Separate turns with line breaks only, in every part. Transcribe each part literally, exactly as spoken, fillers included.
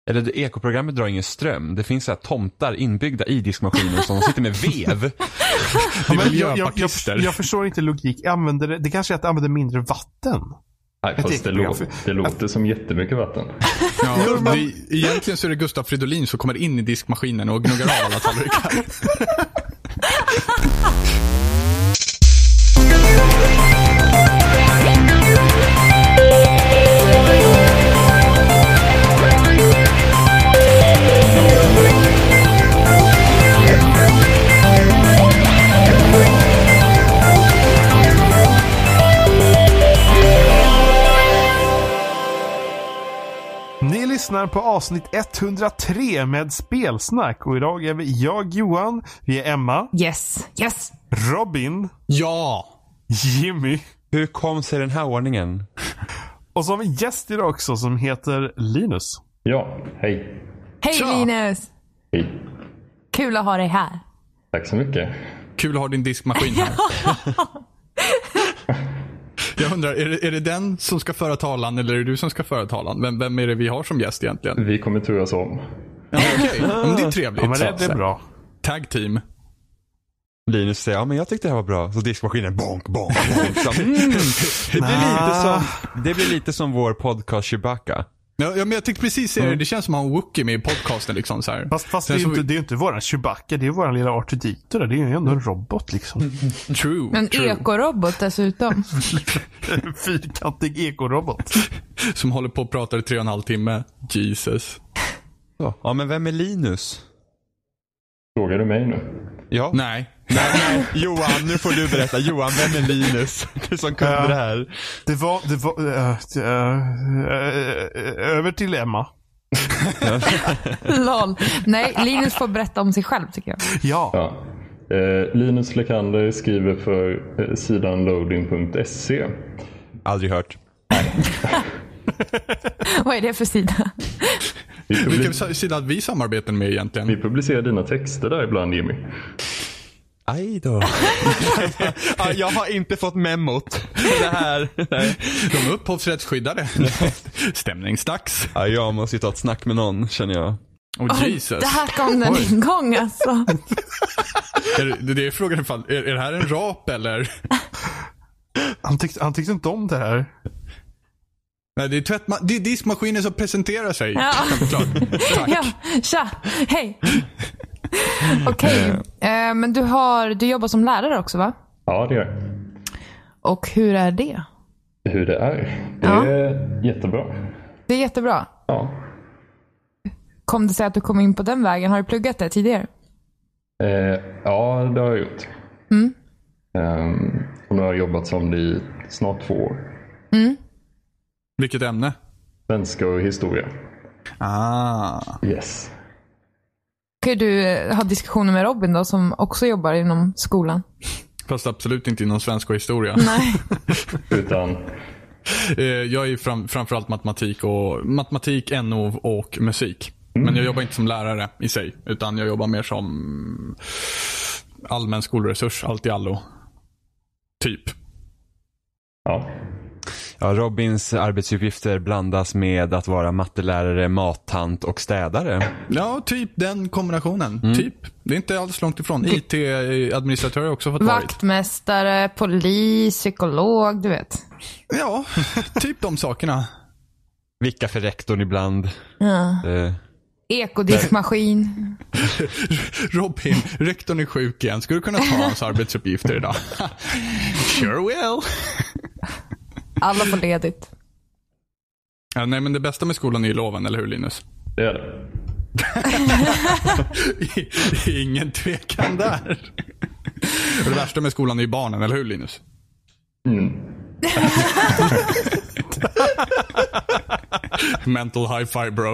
Eller det, ekoprogrammet drar ingen ström. Det finns så här tomtar inbyggda i diskmaskinen som sitter med vev.
Ja, men jag, jag, jag, jag förstår inte logik. Använder det, det kanske är att använda mindre vatten.
Nej, fast det, låter, det låter som jättemycket vatten.
Ja, det, egentligen så är det Gustav Fridolin som kommer in i diskmaskinen och gnuggar av alla tallrikar.
Ni lyssnar på avsnitt etthundratre med Spelsnack. Och idag är vi jag, Johan, vi är Emma.
Yes, yes.
Robin.
Ja.
Jimmy.
Hur kom sig den här ordningen?
Och så har vi en gäst idag också som heter Linus.
Ja, hej.
Hej
Tja.
Linus.
Hej.
Kul att ha dig här.
Tack så mycket.
Kul att ha din diskmaskin här. Jag undrar, är det, är det den som ska föra talan eller är det du som ska föra talan? Vem, vem är det vi har som gäst egentligen?
Vi kommer turas om.
Ja, okej. Ja, men det är trevligt.
Ja, men det, det är bra.
Tag team.
Linus säger, ja men jag tyckte det här var bra. Så diskmaskinen, bonk, bonk, bonk. Så, mm, det, blir lite som, det blir lite som vår podcast Chewbacca.
Ja, men jag tyckte precis säga det. Det känns som att ha en Wookie med i podcasten liksom så här.
Fast, fast det är ju inte, vi... det är inte våran Chewbacca, det är våran lilla R two D two. Det är ju ändå en robot liksom.
True.
En
true.
ekorobot dessutom.
En fyrkantig ekorobot.
Som håller på och pratar i tre och en halv timme. Jesus.
Ja, men vem är Linus?
Frågar du mig nu?
Ja.
Nej.
Nej, nej. Johan, nu får du berätta. Johan, vem är Linus? Du som kunde uh, det här.
Det var, det var uh, uh, uh, över till Emma.
Lol. Nej, Linus får berätta om sig själv tycker jag.
Ja.
ja. Eh, Linus Lekander skriver för eh, sidan loading punkt se.
Aldrig hört.
Vad är det för sida?
Vilken sida hade vi samarbetar med egentligen?
Vi publicerar dina texter där ibland, Jimmy.
Aj då. Jag har inte fått memot. Det här. Nej.
De är upphovsrättsskyddade. Stämningsdags.
Ja, jag måste ju ta ett snack med någon, känner jag.
Oh, Jesus.
Det här kom den en gång alltså.
är det, det är frågan ifall, är, är det här en rap eller?
Han tyckte, han tyckte inte om det här.
Nej, det är, tvättma- det är diskmaskinen som presenterar sig.
Ja.
Tack.
Ja, tja, hej. Okej, okay. eh, men du, har, du jobbar som lärare också va?
Ja, det gör.
Och hur är det?
Hur det är? Det
ja.
är jättebra.
Det är jättebra?
Ja.
Kom det sig att du kom in på den vägen? Har du pluggat det tidigare?
Eh, ja, det har jag gjort.
Mm.
Um, och nu har jag jobbat som det i snart två år.
Mm.
Vilket ämne?
Svenska och historia.
Ah.
Yes.
Kan du ha diskussioner med Robin då som också jobbar inom skolan?
Fast absolut inte inom svenska och historia.
Nej.
Utan
jag är fram, framförallt matematik och matematik, N O och musik. Mm. Men jag jobbar inte som lärare i sig, utan jag jobbar mer som allmän skolresurs, allt i allo. Typ.
Ja.
Ja, Robins arbetsuppgifter blandas med att vara mattelärare, mattant och städare.
Ja, typ den kombinationen.
Mm.
Typ. Det är inte alls långt ifrån. I T-administratör har också fått varit.
Vaktmästare, polis, psykolog, du vet.
Ja, typ de sakerna.
Vicka för rektorn ibland.
Ja.
Eh.
Ekodiskmaskin.
Robin, rektorn är sjuk igen. Ska du kunna ta hans arbetsuppgifter idag? Sure will.
Alla får ledigt.
Ja, nej, men det bästa med skolan är ju loven, eller hur Linus?
Det är det.
Ingen tvekan där. Det värsta med skolan är ju barnen, eller hur Linus?
Mm.
Mental high five, bro.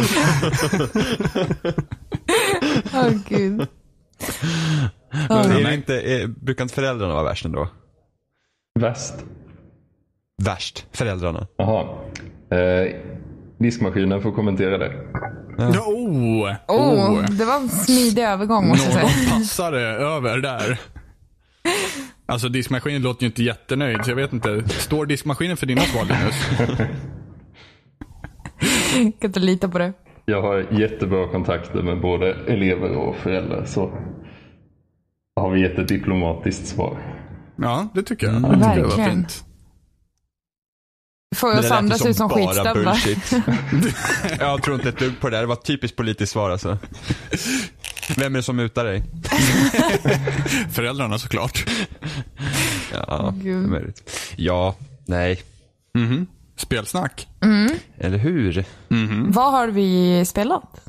Åh oh, gud.
Men är det inte, är, brukar inte föräldrarna vara värst ändå?
Väst.
Värst, föräldrarna.
Jaha. Eh, diskmaskinen får kommentera det.
Ja. Oh,
oh, oh, det var en smidig övergång måste jag säga.
Någon passade över där. Alltså diskmaskinen låter ju inte jättenöjd, så jag vet inte. Står diskmaskinen för dina svar, Linus?
Jag kan inte lita på det.
Jag har jättebra kontakter med både elever och föräldrar, så har vi gett ett diplomatiskt svar.
Ja, det tycker jag.
Mm.
Jag tycker det var
Verkligen.
fint.
Får jag oss andra se ut som skitstövlar.
Jag tror inte ett dugg på det där. Det var ett typiskt politiskt svar alltså. Vem är det som mutar dig?
Föräldrarna såklart.
Ja,
Gud.
möjligt. Ja, nej.
Mhm. Spelsnack.
Mm.
Eller hur?
Mhm.
Vad har vi spelat?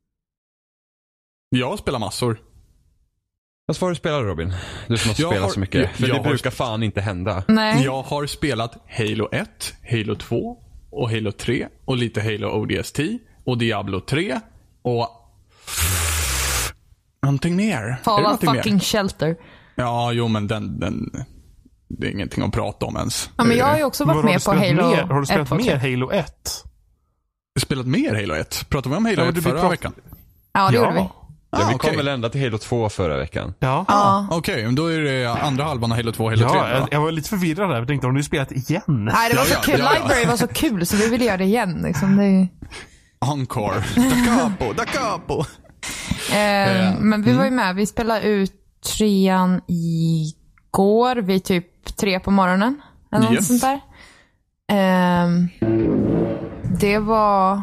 Jag spelar massor.
Vad får du spela, Robin? Du som har
Jag
spelat
har-
så mycket.
jag-
För
jag
det
har-
brukar fan inte hända.
Nej.
Jag har spelat Halo ett, Halo två och Halo tre och lite Halo O D S T och Diablo tre och någonting mer. Är det
Fallout
någonting mer?
fucking shelter.
Ja, jo men den, den det är ingenting att prata om ens.
Ja, men jag har ju också varit
Har du
med på
spelat
Halo
mer? Har du spelat
ett och
mer
tre.
Halo ett?
Spelat mer Halo ett? Pratade vi om Halo
Ja,
ett
du
förra
prat-
veckan?
Ja, det
Ja.
gjorde vi.
Ja, vi
Ah,
kom
okej.
väl ända till Halo två förra veckan.
Ja.
Ja.
Okej, men då är det andra halvan av Halo två och Halo tre.
Ja,
då.
jag, jag var lite förvirrad där. Jag tänkte, om du spelat igen?
Nej, det var
Ja,
så
ja,
kul.
ja, ja.
Library var så kul så vi ville göra det igen. Liksom. Det är...
Encore. Da capo, da capo.
Eh,
Eh,
men vi var ju med. Vi spelade ut trean igår vid typ tre på morgonen. Eller något
Yes.
sånt där. Eh, det var...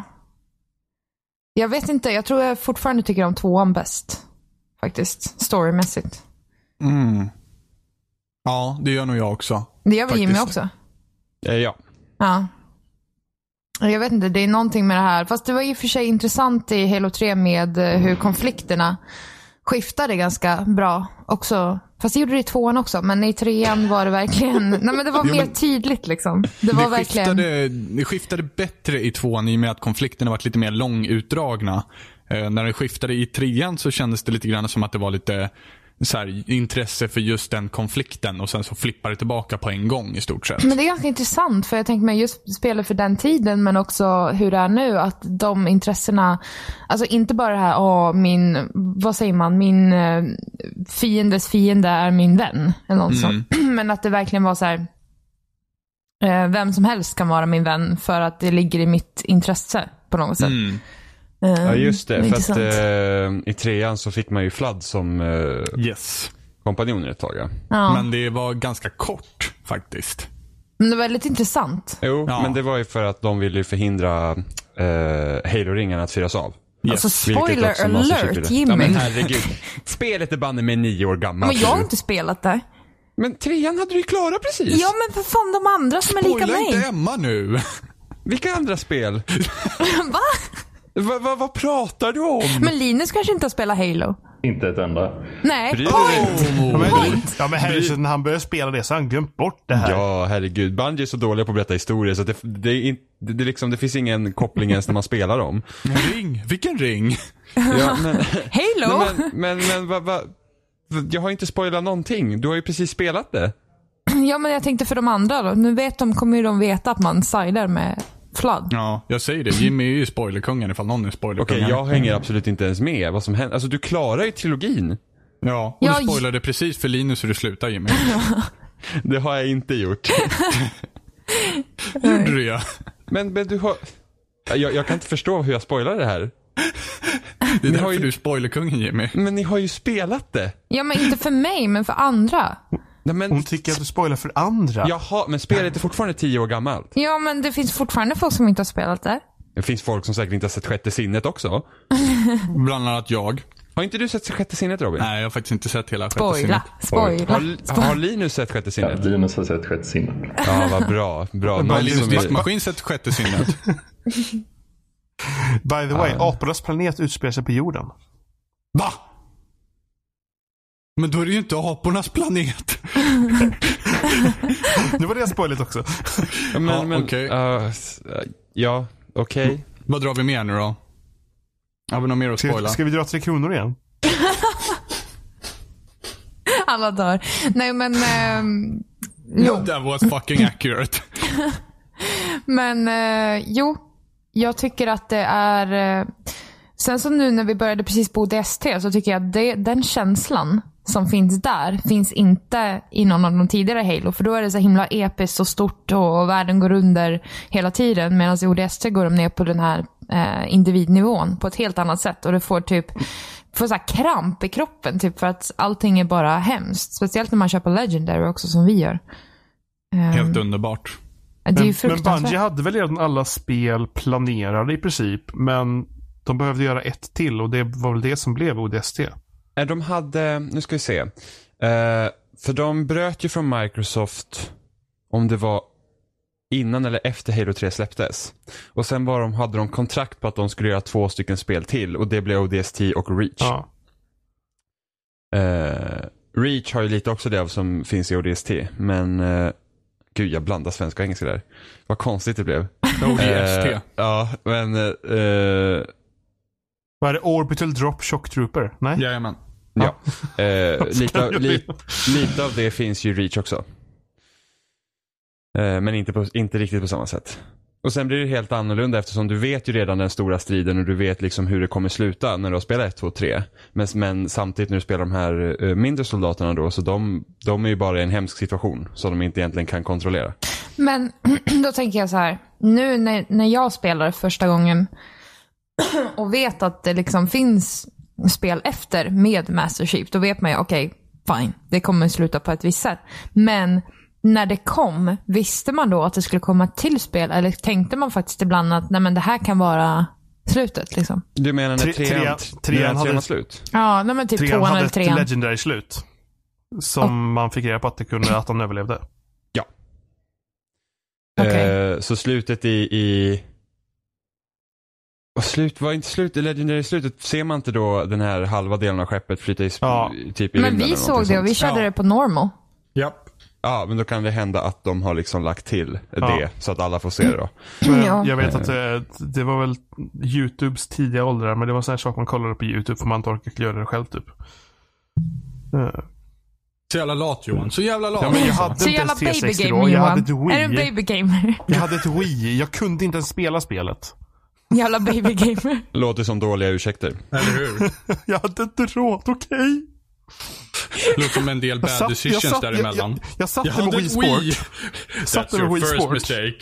Jag vet inte. Jag tror jag fortfarande tycker om tvåan bäst. Faktiskt. Storymässigt.
Mm. Ja, det gör nog jag också.
Det gör vi Jimmy
Faktiskt.
också.
Eh, ja.
Ja. Jag vet inte, det är någonting med det här. Fast det var i och för sig intressant i Halo tre med eh, hur konflikterna skiftade ganska bra också. Fast det gjorde det i tvåan också. Men i trean var det verkligen... Nej, men det var
Jo,
mer
men-
tydligt liksom. Det var
Det
verkligen...
skiftade, det skiftade bättre i tvåan i och med att konflikterna varit lite mer långutdragna. Eh, när det skiftade i trean så kändes det lite grann som att det var lite så här, intresse för just den konflikten och sen så flippar det tillbaka på en gång i stort sett.
Men det är ganska intressant för jag tänker mig just spela för den tiden men också hur det är nu att de intressena, alltså inte bara det här, åh min, vad säger man, min eh, fiendes fiende är min vän eller något sånt. Men att det verkligen var så här, eh, vem som helst kan vara min vän för att det ligger i mitt intresse på något sätt.
Mm.
Eh,
Ja, just det. För
intressant.
att eh, i trean så fick man ju Flood som eh,
Yes.
kompanjoner ett tag. Ja.
ja.
Men det var ganska kort faktiskt.
Men det var väldigt intressant.
Jo,
Ja.
men det var ju för att de ville ju förhindra eh, Halo-ringarna att fyras av.
Alltså
Vilket
spoiler
också Master Chief
alert
ville.
Jimmy.
Ja, men
men,
herregud. Spelet är banne med nio år gammalt.
jag har
nu.
inte spelat det.
Men trean hade du ju klara precis.
Ja men för fan de andra som är lika
Spoila inte
mig.
Emma nu.
Vilka andra spel?
Va?
Va, va, vad pratar du om?
Men Linus kanske inte har spelat Halo.
Inte ett enda.
Nej.
Bryr du
Oj.
dig?
Ja, men, ja, men herregud, när han började spela det så har han glömt bort det här.
Ja, herregud. Bungie är så dåliga på att berätta historier så att det, det, är in, det, det, liksom, det finns ingen koppling ens när man spelar dem.
Ring. Vilken ring?
Ja, men,
Halo?
nej, men, men, men vad, vad, jag har inte spoilat någonting. Du har ju precis spelat det.
Ja men jag tänkte för de andra då. Nu vet de, kommer ju de veta att man silar med Flood.
Ja, jag säger det. Jimmy är ju spoilerkungen ifall någon är
Okej,
spoilerkungen.
jag hänger absolut inte ens med vad som händer. Alltså du klarar ju trilogin.
Ja, och
Ja,
du spoilade precis för Linus hur det slutar, Jimmy.
Det har jag inte gjort.
Gjorde du ja.
Men, men du har... Jag, jag kan inte förstå hur jag spoilar det här.
Det är
Ni har
därför
ju-
du är spoilerkungen, Jimmy.
Men ni har ju spelat det.
Ja men inte för mig men för andra.
Nej, men,
Hon tycker att du spoilar för andra.
jaha, men spelet är fortfarande tio år gammalt.
Ja men det finns fortfarande folk som inte har spelat det.
Det finns folk som säkert inte har sett Sjätte sinnet också.
Bland annat jag.
Har inte du sett Sjätte sinnet, Robin?
Nej, jag har faktiskt inte sett hela sjätte
Spoila.
sinnet.
Spoila.
Har, har Linus sett Sjätte
Ja,
sinnet?
Linus har sett Sjätte sinnet.
Ja, vad bra. Bra.
Har
Någon
Linus
som är...
diskmaskin sett sjätte sinnet?
By the way, apornas planet utspelar sig på jorden.
Va? Men då är det ju inte apornas planet.
Nu var det spoilet också.
Ja, men,
Ja,
men,
okej.
uh, s- uh, ja, okej.
Vad drar vi mer nu då? Har vi något mer att
Ska,
spoila?
ska vi dra Tre Kronor igen?
Alla dör. Nej men... ehm, jo.
That was fucking accurate.
Men eh, jo, jag tycker att det är... Eh, sen som nu när vi började precis på O D S T så tycker jag att det, den känslan som finns där finns inte i någon av de tidigare Halo. För då är det så himla episkt och stort och världen går under hela tiden. Medan i O D S T går de ner på den här eh, individnivån på ett helt annat sätt. Och det får typ får så här kramp i kroppen typ för att allting är bara hemskt. Speciellt när man köper Legendary också som vi gör. Um,
helt underbart.
Det är ju
men, men Bungie hade väl redan alla spel planerade i princip. Men de behövde göra ett till och det var väl det som blev O D S T.
De hade, nu ska vi se. Uh, för de bröt ju från Microsoft om det var innan eller efter Halo tre släpptes. Och sen var de, hade de kontrakt på att de skulle göra två stycken spel till. Och det blev O D S T och Reach.
Ja.
Uh, Reach har ju lite också det som finns i O D S T. Men uh, gud, jag blandar svenska och engelska där. Vad konstigt det blev.
O D S T.
Uh, ja, men... Uh,
Vad är det? Orbital Drop Shock Trooper? Nej?
Jajamän.
Ja, eh, lite, av, li, lite av det finns ju Reach också. Eh, men inte, på, inte riktigt på samma sätt. Och sen blir det helt annorlunda eftersom du vet ju redan den stora striden och du vet liksom hur det kommer sluta när du har spelat ett, två, tre. Men, men samtidigt när du spelar de här eh, mindre soldaterna då, så de, de är ju bara i en hemsk situation som de inte egentligen kan kontrollera.
Men då tänker jag så här, nu när, när jag spelar första gången och vet att det liksom finns spel efter med Master Chief, då vet man ju, okej, okay, fine, det kommer sluta på ett visst sätt. Men när det kom, visste man då att det skulle komma till spel, eller tänkte man faktiskt ibland att nej, men det här kan vara slutet liksom?
Du menar när
Tre,
trean,
trean, trean hade
hade slut?
Ja, nej, men typ
trean
tvåan
hade
eller
ett
trean.
legendary slut som oh. man fick reda på att det kunde, att han överlevde.
Ja.
Okay.
Eh, så slutet i... i... Och slut, var inte slut i Legendary slutet, ser man inte då den här halva delen av skeppet flyta i,
ja.
typ i
men vi såg det och vi körde
ja.
det på normal.
Japp.
Ja, men då kan det hända att de har liksom lagt till
ja.
det så att alla får se det då.
Men
ja.
Jag vet att det, det var väl YouTubes tidiga åldrar, men det var sån här sak man kollade på YouTube för man inte orkar göra det själv typ. Uh.
Så jävla lat, Johan. Så jävla lat.
Ja, men jag hade
så
inte
jävla
ens tre sextio
babygamer,
då. Jag
Johan.
hade ett Wii.
Är du en babygamer?
Jag hade ett Wii. Jag kunde inte ens spela spelet.
Jävla babygamer.
Låter som dåliga ursäkter.
Eller hur?
Jag hade inte råd, okej? Okay?
Låter som en del bad
satt,
decisions
jag satt,
däremellan.
Jag, jag, jag satt
jag
med Wii Sport.
Wii.
Satt
That's
med
your
Wii
first
Sport.
mistake.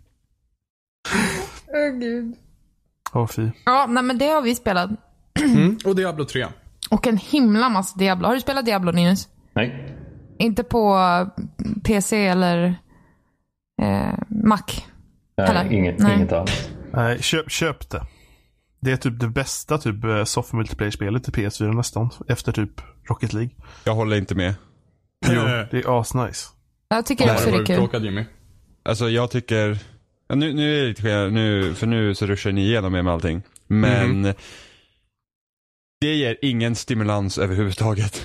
Åh oh, gud.
Åh oh, fy.
Ja, nej, men det har vi spelat.
Mm. Och Diablo tre.
Och en himla massa Diablo. Har du spelat Diablo, Linus?
Nej.
Inte på P C eller eh, Mac?
Nej,
eller?
Inget,
nej.
inget alls.
Nej, köp, köp det. Det är typ det bästa typ soft multiplayer-spelet i P S fyra nästan. Efter typ Rocket League.
Jag håller inte med.
Jo, det är asnice.
Jag tycker också det är kul.
Tråkad, Jimmy.
Alltså jag tycker... Ja, nu, nu är det lite skillnad, nu, för nu så ruschar ni igenom med allting. Men mm. det ger ingen stimulans överhuvudtaget.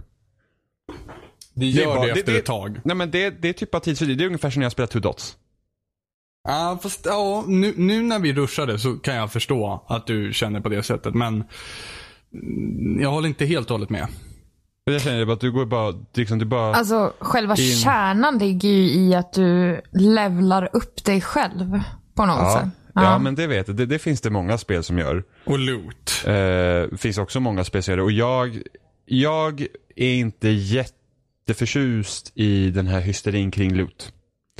Det gör
det,
det,
bara,
det efter
det,
ett tag.
Nej, men det, det är typ av tidsfördriv. Det är ungefär som när jag spelar Two Dots.
Ja, fast ja, nu, nu när vi ruschade så kan jag förstå att du känner på det sättet. Men jag håller inte helt och hållet med.
Jag känner bara att du går bara... Liksom, du bara
alltså själva
in...
kärnan ligger ju i att du levlar upp dig själv på något
ja.
sätt.
Ja.
Ja,
ja, men det vet jag. Det, det finns det många spel som gör.
Och loot.
Eh, finns också många spel som gör det. Och jag, jag är inte jätteförtjust i den här hysterin kring loot.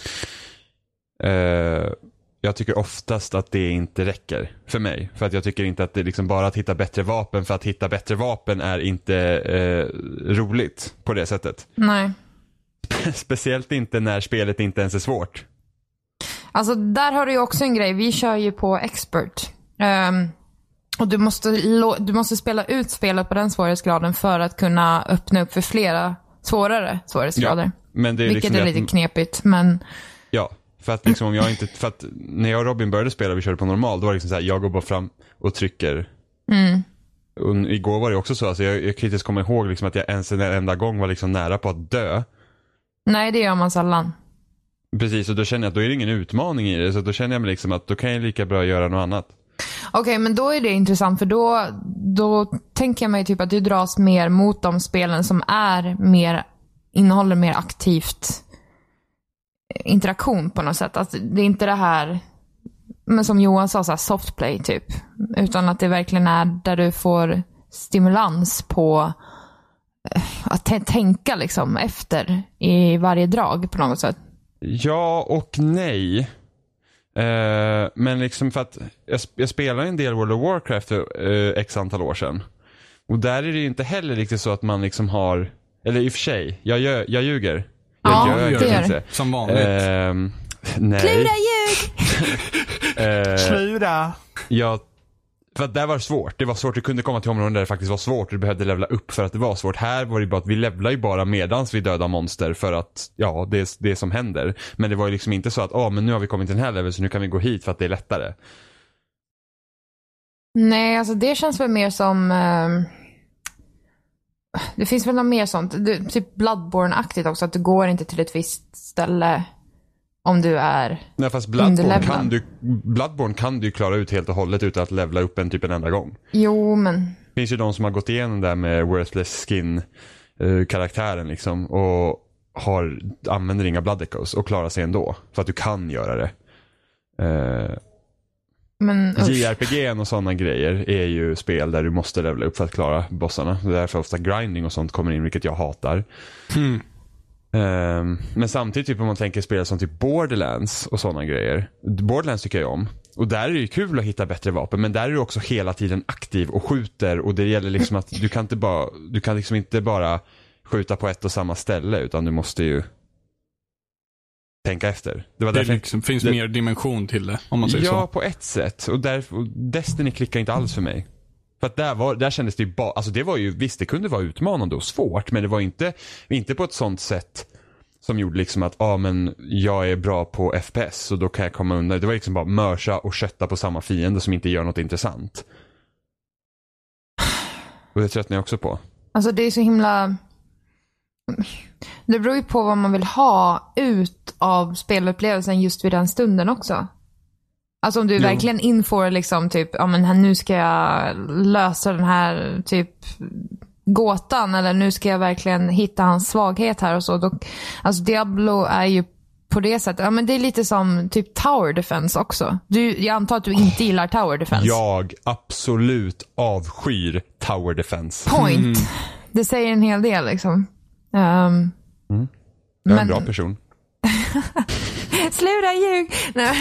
Uh, jag tycker oftast att det inte räcker för mig. För att jag tycker inte att det liksom bara att hitta bättre vapen för att hitta bättre vapen är inte uh, roligt på det sättet.
Nej.
Speciellt inte när spelet inte ens är svårt.
Alltså där har du ju också en grej. Vi kör ju på expert. Um, och du måste, du måste spela ut spelet på den svårighetsgraden för att kunna öppna upp för flera svårare svårighetsgrader.
Ja, men det är
vilket
liksom
är lite knepigt, men...
Ja, för att liksom om jag inte... För att när jag och Robin började spela och vi körde på normal, då var det liksom så här, jag går bara fram och trycker.
Mm.
Och igår var det också så, alltså jag, jag kan inte komma ihåg liksom att jag ens en enda gång var liksom nära på att dö.
Nej, det gör man sällan.
Precis, och då känner jag att då är det ingen utmaning i det. Så då känner jag mig liksom att då kan jag lika bra göra något annat.
Okej, okay, men då är det intressant. För då, då tänker jag mig typ att du dras mer mot de spelen som är mer, innehåller mer aktivt interaktion på något sätt. Alltså, det är inte det här, men som Johan sa, så här softplay typ. Utan att det verkligen är där du får stimulans på att t- tänka liksom efter i varje drag på något sätt.
Ja och nej. Uh, men liksom för att jag, jag spelar en del World of Warcraft för uh, x antal år sedan. Och där är det ju inte heller riktigt så att man liksom har, eller i och för sig, jag, gör, jag ljuger. Jag
Ja,
gör
det gör
inte.
det.
Som vanligt.
Uh, nej.
Klura ljug!
uh,
Slura.
jag För att där var det svårt. Det var svårt, du kunde komma till områden där det faktiskt var svårt och du behövde levla upp för att det var svårt. Här var det bara att vi levlar ju bara medans vi dödar monster för att, ja, det är det som händer. Men det var ju liksom inte så att, ja, oh, men nu har vi kommit till den här level så nu kan vi gå hit för att det är lättare.
Nej, alltså det känns väl mer som... Eh, det finns väl något mer sånt. Du, typ Bloodborne-aktigt också, att du går inte till ett visst ställe om du är
Nej, fast Bloodborne
underlevlad.
kan, du, Bloodborne kan du ju klara ut helt och hållet utan att levla upp en typ en enda gång.
Jo, men...
Det finns ju de som har gått igenom där med Worthless Skin uh, karaktären liksom och har, använder inga Blood Echoes och klarar sig ändå. För att du kan göra det. Uh,
men usch.
J R P G och sådana grejer är ju spel där du måste levla upp för att klara bossarna. Det är därför ofta grinding och sånt kommer in, vilket jag hatar.
Mm.
Um, men samtidigt typ om man tänker spel som typ Borderlands och sådana grejer. Borderlands tycker jag om. Och där är det ju kul att hitta bättre vapen, men där är du också hela tiden aktiv och skjuter och det gäller liksom att du kan inte bara du kan liksom inte bara skjuta på ett och samma ställe utan du måste ju tänka efter. Det var
Det
därför
liksom, finns
det,
mer dimension till det, om man säger
ja,
så.
på ett sätt. Och, där, och Destiny klickar inte alls för mig. För att där, var, där kändes det ju bara, alltså det var ju, visst det kunde vara utmanande och svårt, men det var inte, inte på ett sånt sätt som gjorde liksom att, ja ah, men jag är bra på F P S och då kan jag komma undan. Det var liksom bara mörsa och kötta på samma fiende som inte gör något intressant. Och det tröttnar jag också på.
Alltså det är så himla... Det beror ju på vad man vill ha ut av spelupplevelsen just vid den stunden också. Alltså om du
Jo.
verkligen inför liksom typ, ja men nu ska jag lösa den här typ gåtan eller nu ska jag verkligen hitta hans svaghet här och så. Då, alltså Diablo är ju på det sättet, ja men det är lite som typ Tower Defense också. Du, jag antar att du inte gillar Tower Defense.
Jag absolut avskyr Tower Defense.
Point. Mm. Det säger en hel del liksom. Um,
mm. Jag är
men...
en bra person.
Sluta ljug.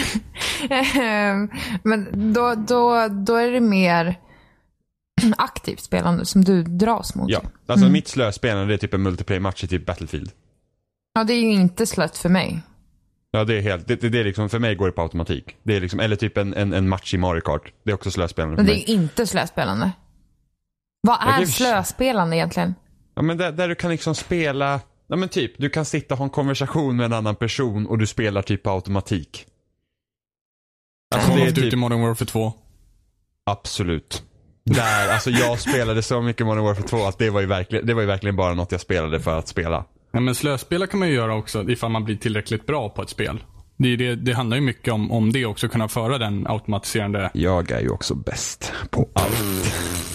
Men då, då, då är det mer aktivt spelande som du dras mot.
Ja, alltså
mm.
mitt slöspelande är typ en multiplayer-match i typ Battlefield.
Ja, det är ju inte slött för mig.
Ja, det är helt, det, det, det är liksom, för mig går det på automatik. Det är liksom, eller typ en, en, en match i Mario Kart. Det är också slöspelande för
Men det
mig.
är ju inte slöspelande. Vad är
kan...
slöspelande egentligen?
Ja, men där, där du kan liksom spela, ja men typ, du kan sitta och ha en konversation med en annan person och du spelar typ på automatik.
Alltså, det är
typ...
ut i Modern Warfare två.
Absolut. Där, alltså jag spelade så mycket Modern Warfare två att det var ju verkligen, det var ju verkligen bara något jag spelade för att spela.
Ja, men slöspela kan man ju göra också ifall man blir tillräckligt bra på ett spel. Det, det, det handlar ju mycket om, om det också, kunna föra den automatiserande...
Jag är ju också bäst på allt.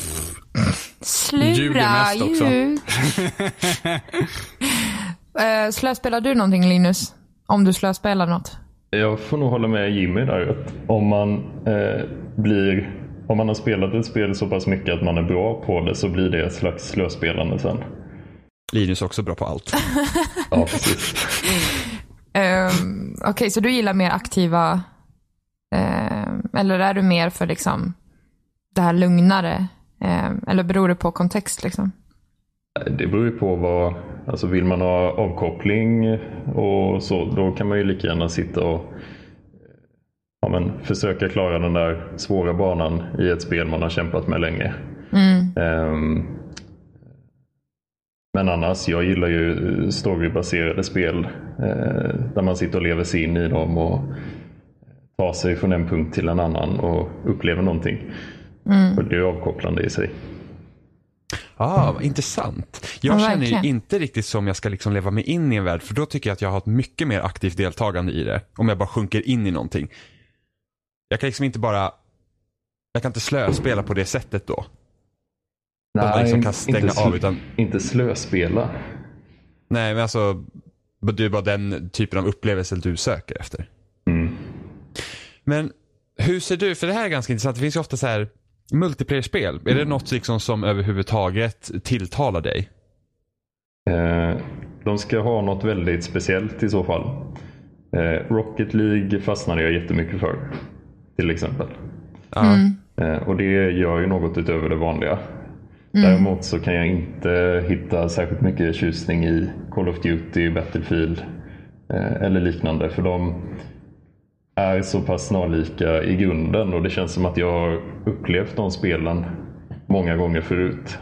Slura ljud. uh, slöspelar du någonting, Linus? Om du slöspelar något?
Jag får nog hålla med Jimmy där. Att om man eh, blir... Om man har spelat ett spel så pass mycket att man är bra på det så blir det ett slags slöspelande sen.
Linus är också bra på allt.
Ja, precis.
um, Okej, okay, så du gillar mer aktiva... Uh, eller är du mer för liksom det här lugnare? Uh, eller beror det på kontext liksom?
Det beror ju på vad... Alltså vill man ha avkoppling och så, då kan man ju lika gärna sitta och ja, men, försöka klara den där svåra banan i ett spel man har kämpat med länge.
Mm.
Um, men annars, jag gillar ju storybaserade spel eh, där man sitter och lever sig in i dem och tar sig från en punkt till en annan och upplever någonting. Mm. Och det är avkopplande i sig.
Ah, vad intressant. Jag
ja,
känner ju inte riktigt som jag ska liksom leva mig in i en värld, för då tycker jag att jag har ett mycket mer aktivt deltagande i det. Om jag bara sjunker in i någonting. Jag kan liksom inte bara... Jag kan inte slöspela på det sättet då.
Nej,
man liksom kan stänga
inte,
av utan...
inte slöspela.
Nej, men alltså... Det är bara den typen av upplevelse du söker efter.
Mm.
Men hur ser du... För det här är ganska intressant. Det finns ju ofta så här... Multiplayer-spel, är det något liksom som överhuvudtaget tilltalar dig?
Eh, de ska ha något väldigt speciellt i så fall. Eh, Rocket League fastnade jag jättemycket för, till exempel.
Mm.
Eh, och det gör ju något utöver det vanliga. Mm. Däremot så kan jag inte hitta särskilt mycket tjusning i Call of Duty, Battlefield eh, eller liknande. För de är så pass snarlika i grunden och det känns som att jag har upplevt de spelen många gånger förut.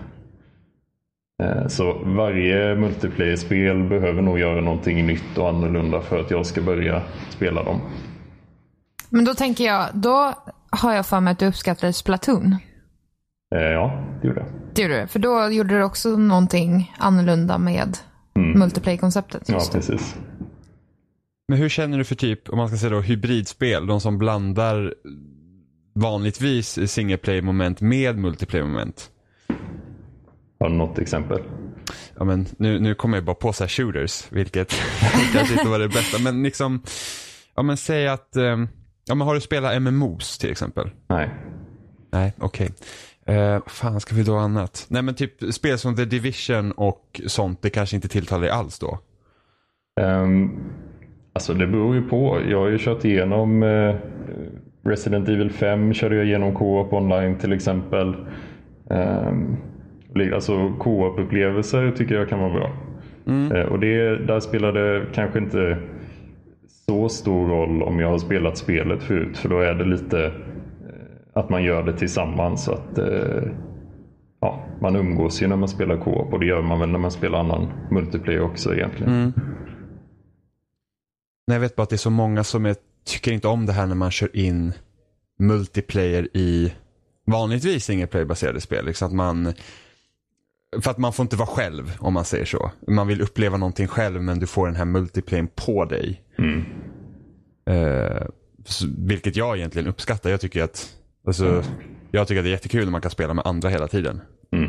Så varje multiplayer-spel behöver nog göra någonting nytt och annorlunda för att jag ska börja spela dem.
Men då tänker jag, då har jag för mig att du uppskattar Splatoon.
Ja, det gjorde jag.
Det gjorde du, för då gjorde du också någonting annorlunda med mm. multiplayer-konceptet.
Ja, precis.
Men hur känner du för typ, om man ska säga då, hybridspel? De som blandar vanligtvis singleplayer-moment med multiplayer-moment.
Har du något exempel?
Ja, men nu, nu kommer jag bara på så här shooters, vilket kanske inte var det bästa. Men liksom, ja men säg att, ja men har du spelat M M Os till exempel?
Nej.
Nej, okej. Okay. Uh, fan, ska vi då annat? Nej men typ spel som The Division och sånt, det kanske inte tilltalar dig alls då?
Um, alltså det beror ju på. Jag har ju kört igenom uh, Resident Evil fem, körde jag igenom Co-op online till exempel. Um, Alltså co-op-upplevelser tycker jag kan vara bra. Mm. Eh, och det, där spelar det kanske inte så stor roll om jag har spelat spelet förut. För då är det lite eh, att man gör det tillsammans. Så att eh, ja, man umgås ju när man spelar co-op. Och det gör man väl när man spelar annan multiplayer också egentligen. Mm.
Nej, jag vet bara att det är så många som är, tycker inte om det här när man kör in multiplayer i vanligtvis singleplayer-baserade spel. Liksom att man... För att man får inte vara själv, om man säger så. Man vill uppleva någonting själv, men du får den här multiplayen på dig.
Mm.
Uh, vilket jag egentligen uppskattar. Jag tycker att alltså, mm. jag tycker att det är jättekul när man kan spela med andra hela tiden.
Mm.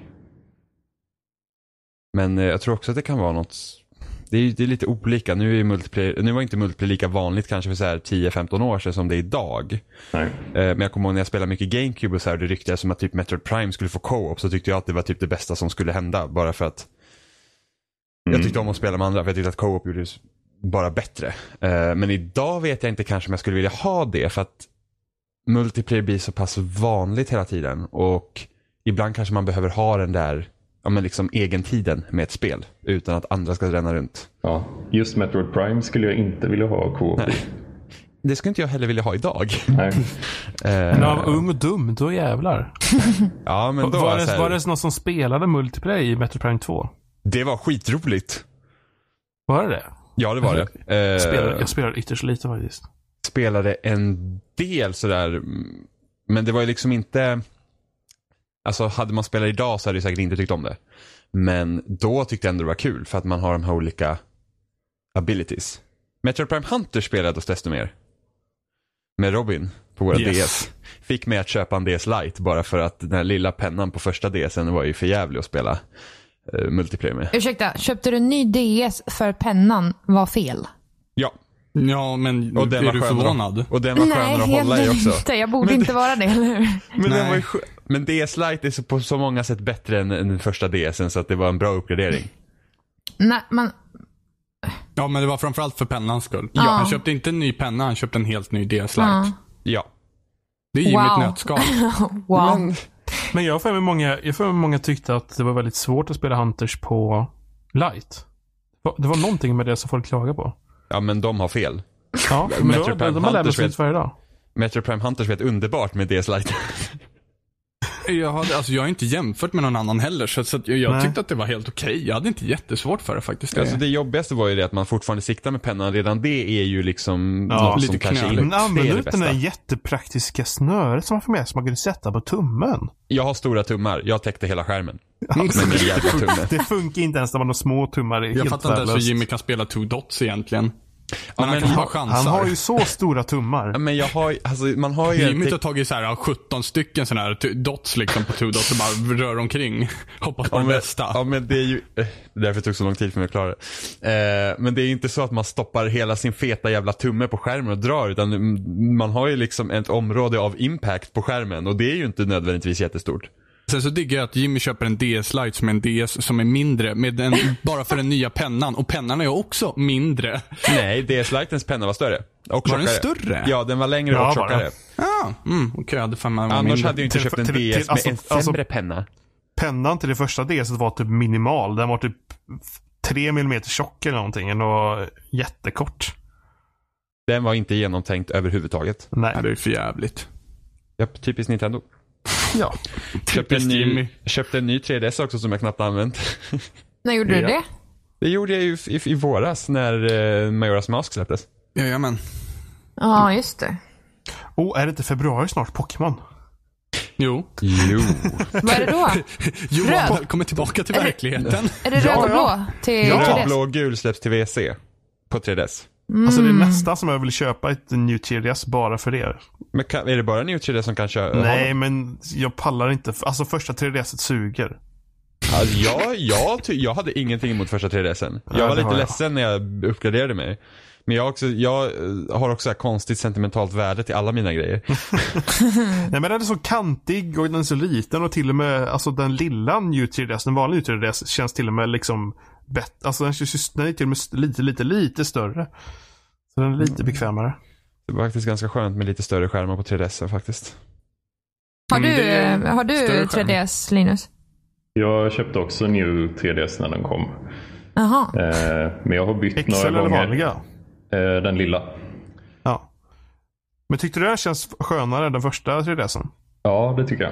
Men uh, jag tror också att det kan vara något... Det är, det är lite olika. Nu, är multiplayer, nu var inte multiplayer lika vanligt kanske för så här tio femton år sedan som det är idag.
Nej.
Men jag kommer ihåg när jag spelade mycket GameCube och så här, det ryktades som att typ Metroid Prime skulle få co-op, så tyckte jag att det var typ det bästa som skulle hända. Bara för att mm. jag tyckte om att spela med andra, för jag tyckte att co-op gjorde bara bättre. Men idag vet jag inte kanske om jag skulle vilja ha det, för att multiplayer blir så pass vanligt hela tiden. Och ibland kanske man behöver ha den där... Ja, men liksom egen tiden med ett spel utan att andra ska ränna runt.
Ja, just Metroid Prime skulle jag inte vilja ha co-op.
Nej. Det skulle inte jag heller vilja ha idag.
Nej.
Men när man var ung och dum, då jävlar.
Ja, men då
var, det,
här...
var det någon som spelade multiplayer i Metroid Prime två?
Det var skitroligt.
Var det det?
Ja, det var det.
Jag spelade, jag spelade ytterst lite faktiskt.
Spelade en del sådär, men det var ju liksom inte... Alltså hade man spelat idag så hade jag säkert inte tyckt om det. Men då tyckte jag ändå det var kul för att man har de här olika abilities. Metroid Prime Hunter spelade oss desto mer. Med Robin på våra
yes.
D S. Fick mig att köpa en D S Lite bara för att den här lilla pennan på första D S:en var ju för jävlig att spela uh, multiplayer med.
Ursäkta, köpte du en ny D S för pennan var fel?
Ja.
Ja, men
och den
är du förvånad?
Och den var skönare att hålla i också.
Inte. Jag borde men inte vara det, eller hur?
Men, den var ju skö- men D S Lite är så på så många sätt bättre än, än den första D S:en, så att det var en bra uppgradering.
Nej, man...
Ja, men det var framförallt för pennans skull.
Ja.
Han köpte inte en ny penna, han köpte en helt ny D S Lite.
Ja.
Ja.
Det är ju
wow.
mitt nötskal.
Wow.
Men, men jag får med många, jag får med många tyckte att det var väldigt svårt att spela Hunters på Lite. Det var någonting med det som folk klagar på.
Ja, men de har fel.
Ja, men Metro då, Prime de har lämnat ut varje dag.
Metro Prime Hunters vet underbart med D S Lite.
Jag, hade, alltså jag har inte jämfört med någon annan heller, så, så jag, jag tyckte att det var helt okej. Okay. Jag hade inte jättesvårt för det faktiskt.
Alltså det jobbigaste var ju det att man fortfarande siktar med pennan. Redan det är ju liksom
ja,
något
lite
som kanske
inte
är det bästa.
Men använder du den där jättepraktiska snöret som man får med som man kunde sätta på tummen?
Jag har stora tummar. Jag täckte hela skärmen. Men det är jävla tumme.
Det funkar inte ens när man har små tummar.
Jag helt fattar inte ens hur Jimmy kan spela two dots egentligen.
Men
ja, men
han,
han,
han har ju så stora tummar.
Ja, men jag har, alltså, man har ju...
Jimmy har tagit så här sjutton stycken såna här dots liksom på two dots och bara rör omkring. Hoppas på
ja,
det
men,
bästa.
Ja, men det är ju... Därför tog det så lång tid för mig att klara det. Eh, men det är ju inte så att man stoppar hela sin feta jävla tumme på skärmen och drar. Utan man har ju liksom ett område av impact på skärmen. Och det är ju inte nödvändigtvis jättestort.
Sen så diggar jag att Jimmy köper en D S Lite som är en D S som är mindre med den, bara för den nya pennan. Och pennan är också mindre.
Nej, D S Litens penna var större. Och
var den
tjockare.
större?
Ja, den var längre
Ja,
och
bara.
tjockare.
Ah, mm, okej, okay, jag hade fan
Annars
mindre.
hade jag inte
Till-
köpt en
till-
D S
till- alltså-
med en
alltså-
sämre penna.
Pennan till det första D S var typ minimal. Den var typ tre millimeter tjock eller någonting. Den var jättekort.
Den var inte genomtänkt överhuvudtaget.
Nej.
Ja, det är för jävligt.
Japp, typiskt Nintendo.
Ja.
Köpte en,
Typiskt
ny,
Jimmy.
köpte en ny tre D S också som jag knappt använt.
När gjorde du
Ja.
det?
Det gjorde jag ju i, i, i våras när uh, Majora's Mask släpptes.
Jajamän.
Ja, just det.
Oh, är det inte februari snart? Pokémon?
Jo.
Jo.
Vad är det då?
Johan,
Röd.
välkommen tillbaka till
Är det-
verkligen.
Är det röd
Ja,
och blå?
ja.
Till
Ja.
till
Röd,
det?
blå och gul släpps till V C på tre D S.
Alltså det är nästan som jag vill köpa ett New tre D S bara för det.
Men kan, är det bara New tre D S som kan köra?
Nej, men jag pallar inte. Alltså första tre D S suger.
Alltså, jag, jag, ty- jag hade ingenting emot första tre D S'en. Jag
Ja,
var
det
lite
har jag.
ledsen när jag uppgraderade mig. Men jag, har också, jag eh, har också så här konstigt sentimentalt värde till alla mina grejer.
Nej, men den är så kantig och den är så liten och till och med alltså den lilla New tre D S, den vanliga New tre D S känns till och med liksom bättre. Alltså den, känns, den är till och med lite, lite, lite större. Så den är lite bekvämare.
Det var faktiskt ganska skönt med lite större skärmar på tre D S'en faktiskt.
Har du,
Mm, det är
eh, har du
större
tre D S, Linus?
Jag köpte också New tre D S när den kom.
Jaha.
Eh, men jag har bytt
X L
några
eller
gånger.
vanliga?
Eh, den lilla.
Ja. Men tyckte du det här känns skönare än den första tre D S'en?
Ja, det tycker jag.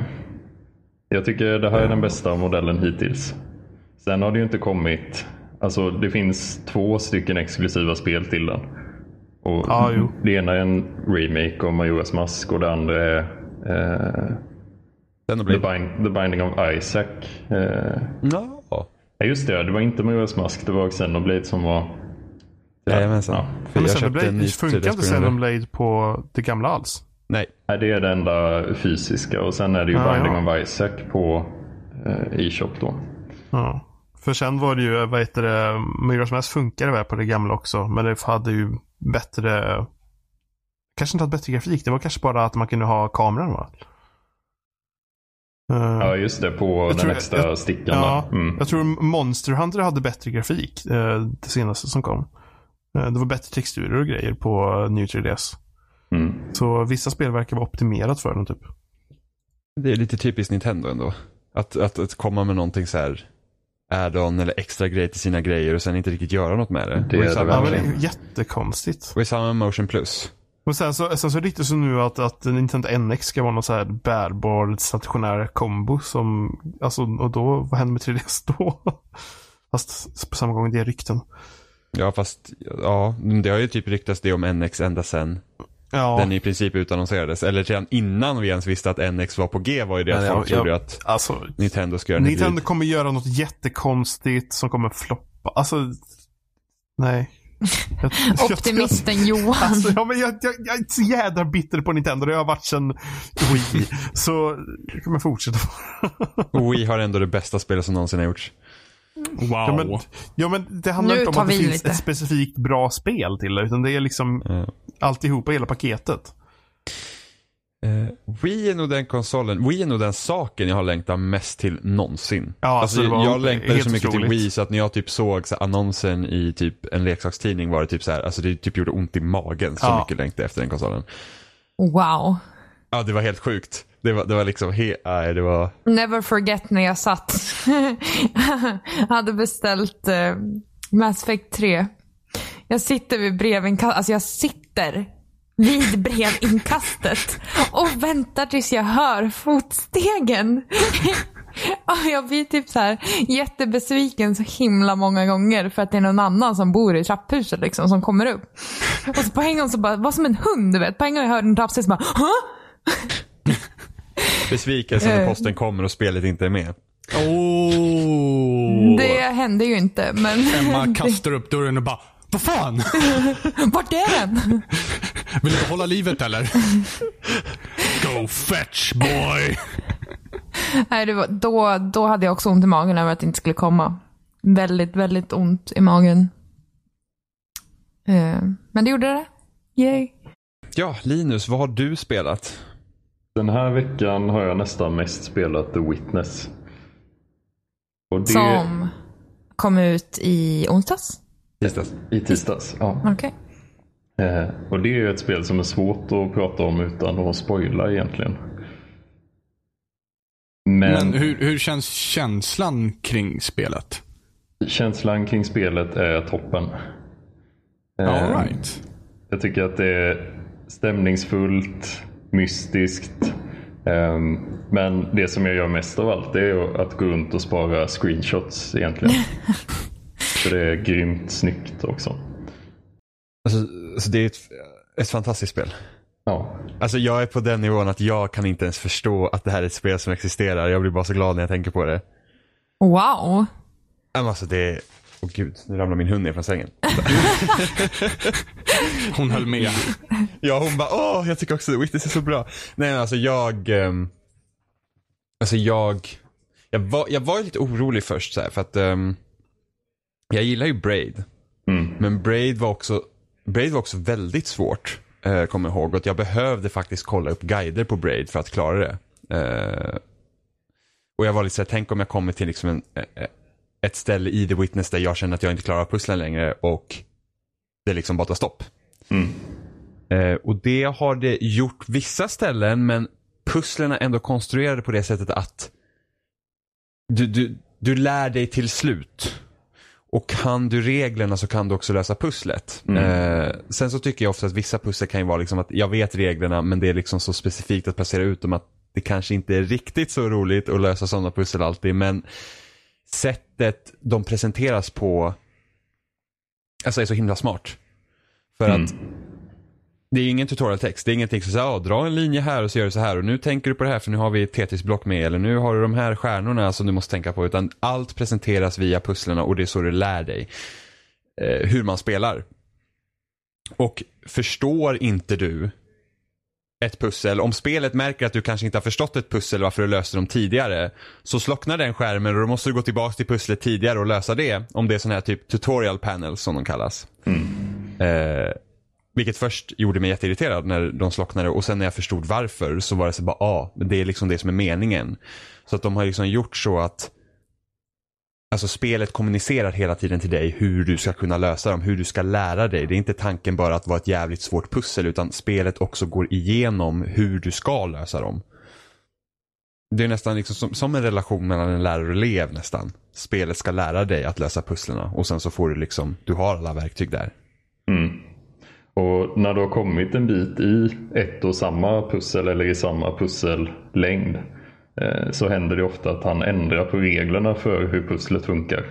Jag tycker det här är den bästa modellen hittills. Sen har det ju inte kommit... Alltså det finns två stycken exklusiva spel till den. Och
Ja, jo.
det ena är en remake av Majora's Mask och det andra är eh,
Den har
The,
blivit...
Bind- The Binding of Isaac. Eh,
Ja.
ja, just det. Det var inte Majora's Mask, det var Xenoblade som var...
Jajamensan.
Ja.
För
Men
jag köpte en
Xenoblade
ny
funkar
tre D S
inte
på grund av det.
Xenoblade på det gamla alls.
Nej.
Nej, det är det enda fysiska. Och sen är det ju
Ah,
Binding
ja.
of Isaac på eh, e-shop då.
Ja. För sen var det ju, vad heter det, Majora's Mask funkade väl på det gamla också. Men det hade ju bättre, kanske inte hade bättre grafik. Det var kanske bara att man kunde ha kameran, va? Uh,
Ja, just det. På den
tror-
extra
jag-
stickan
ja,
där. Mm.
jag tror Monster Hunter hade bättre grafik, eh, det senaste som kom. Eh, det var bättre texturer och grejer på New tre D S.
Mm.
Så vissa spel verkar vara optimerat för den typ.
Det är lite typiskt Nintendo ändå. Att, att, att komma med någonting så här add-on eller extra grej till sina grejer och sen inte riktigt göra något med det.
Det
var ju
är det
samma,
Ja, men det
verkligen.
är jättekonstigt.
det var ju samma med Motion Plus.
Och sen så, sen så riktigt så nu att, att Nintendo N X ska vara någon så här bärbar stationär kombo som, alltså, och då, vad händer med tre D S då? Fast på samma gång, det är rykten.
Ja, fast ja, det har ju typ ryktats det om N X ända sen
Ja,
den i princip utannonserades. Eller redan innan vi ens visste att N X var på G var ju det att
Nej,
folk
jag-
trodde
jag-
att
alltså,
Nintendo ska göra en
Nintendo
hybrid.
kommer göra något jättekonstigt som kommer floppa. Alltså, nej. Jag, jag-
Optimisten Johan.
Alltså, ja, men jag, jag, jag är så jädra bitter på Nintendo. Det har varit sedan Wii. Så jag kommer fortsätta.
Och Wii har ändå det bästa spelet som någonsin har gjorts.
Wow.
Ja, men, ja, men det handlar
Nu
inte om
tar
att det
vi
finns
lite.
ett specifikt bra spel till det, utan det är liksom
Ja.
alltihopa, hela paketet.
Eh, Wii är nog den konsolen, Wii är nog den saken jag har längtat mest till någonsin.
Ja, alltså, det var
jag längtade
helt
så mycket
otroligt.
till Wii så att när jag typ såg så här, annonsen i typ en leksakstidning var det typ så här, alltså det typ gjorde ont i magen så
Ja.
mycket längtade jag efter den konsolen.
Wow.
Ja, det var helt sjukt. Det var, det var liksom, he, nej, det var...
Never forget när jag satt. hade beställt eh, Mass Effect tre. Jag sitter vid brevinkastet. Alltså jag sitter vid brevinkastet och väntar tills jag hör fotstegen. Och jag blir typ så här jättebesviken så himla många gånger för att det är någon annan som bor i trapphuset liksom som kommer upp. Och så på en gång så bara, var som en hund, du vet. På en gång jag hörde en trappsteg så bara, hå?
Besvikelsen när
Eh.
posten kommer och spelet inte är med.
Oh.
Det hände ju inte, men
Emma kastar upp dörren och bara, vad fan?
vart är den?
Vill du behålla livet eller? Go fetch boy.
Nej, det var, då, då hade jag också ont i magen över att det inte skulle komma. Väldigt, väldigt ont i magen. Eh, men det gjorde det. Yay.
Ja, Linus, vad har du spelat?
Den här veckan har jag nästan mest spelat The Witness. Och det...
Som kom ut i onsdags?
Tisdags. I tisdags, ja.
Okej.
Okay. Eh, och det är ju ett spel som är svårt att prata om utan att spoila egentligen.
Men, Men hur, hur känns känslan kring spelet?
Känslan kring spelet är toppen.
All right.
Eh, jag tycker att det är stämningsfullt, mystiskt. Um, men det som jag gör mest av allt är att gå runt och spara screenshots egentligen. För det är grymt snyggt också.
Alltså, alltså det är ett, ett fantastiskt spel.
Ja.
Alltså jag är på den nivån att jag kan inte ens förstå att det här är ett spel som existerar. Jag blir bara så glad när jag tänker på det.
Wow.
Alltså det är... Åh oh, gud, nu ramlar min hund ner från sängen.
Hon höll med.
Ja, hon bara, åh, jag tycker också The Witness är så bra. Nej, alltså jag... Um, alltså jag... Jag var, jag var lite orolig först så här, för att... Um, jag gillar ju Braid.
Mm.
Men Braid var också... Braid var också väldigt svårt, uh, kommer jag ihåg. Och jag behövde faktiskt kolla upp guider på Braid för att klara det. Uh, och jag var lite så här, tänk om jag kommer till liksom en... Uh, ett ställe i The Witness där jag känner att jag inte klarar pusslen längre och det liksom bara tar stopp.
Mm.
Eh, och det har det gjort vissa ställen, men pusslen är ändå konstruerade på det sättet att du, du, du lär dig till slut. Och kan du reglerna så kan du också lösa pusslet.
Mm.
Eh, sen så tycker jag ofta att vissa pussel kan ju vara liksom att jag vet reglerna, men det är liksom så specifikt att placera ut dem att det kanske inte är riktigt så roligt att lösa sådana pussel alltid, men sättet de presenteras på alltså är så himla smart. För
mm.
att det är ingen tutorial-text. Det är ingenting som säger, ja, dra en linje här och så gör du så här. Och nu tänker du på det här för nu har vi ett Tetris-block med. Eller nu har du de här stjärnorna som du måste tänka på. Utan allt presenteras via pusslerna och det är så du lär dig eh, hur man spelar. Och förstår inte du ett pussel, om spelet märker att du kanske inte har förstått ett pussel varför du löste dem tidigare, så slocknar den skärmen och då måste du gå tillbaka till pusslet tidigare och lösa det, om det är sån här typ tutorial panels som de kallas.
Mm.
Eh, vilket först gjorde mig jätteirriterad när de slocknade, och sen när jag förstod varför så var det så bara, ja, ah, men det är liksom det som är meningen. Så att de har liksom gjort så att alltså spelet kommunicerar hela tiden till dig hur du ska kunna lösa dem, hur du ska lära dig. Det är inte tanken bara att vara ett jävligt svårt pussel, utan spelet också går igenom hur du ska lösa dem. Det är nästan liksom som, som en relation mellan en lärare och elev nästan. Spelet ska lära dig att lösa pusslerna och sen så får du liksom, du har alla verktyg där.
Mm. Och när du har kommit en bit i ett och samma pussel eller i samma pussellängd, så händer det ofta att han ändrar på reglerna för hur pusslet funkar.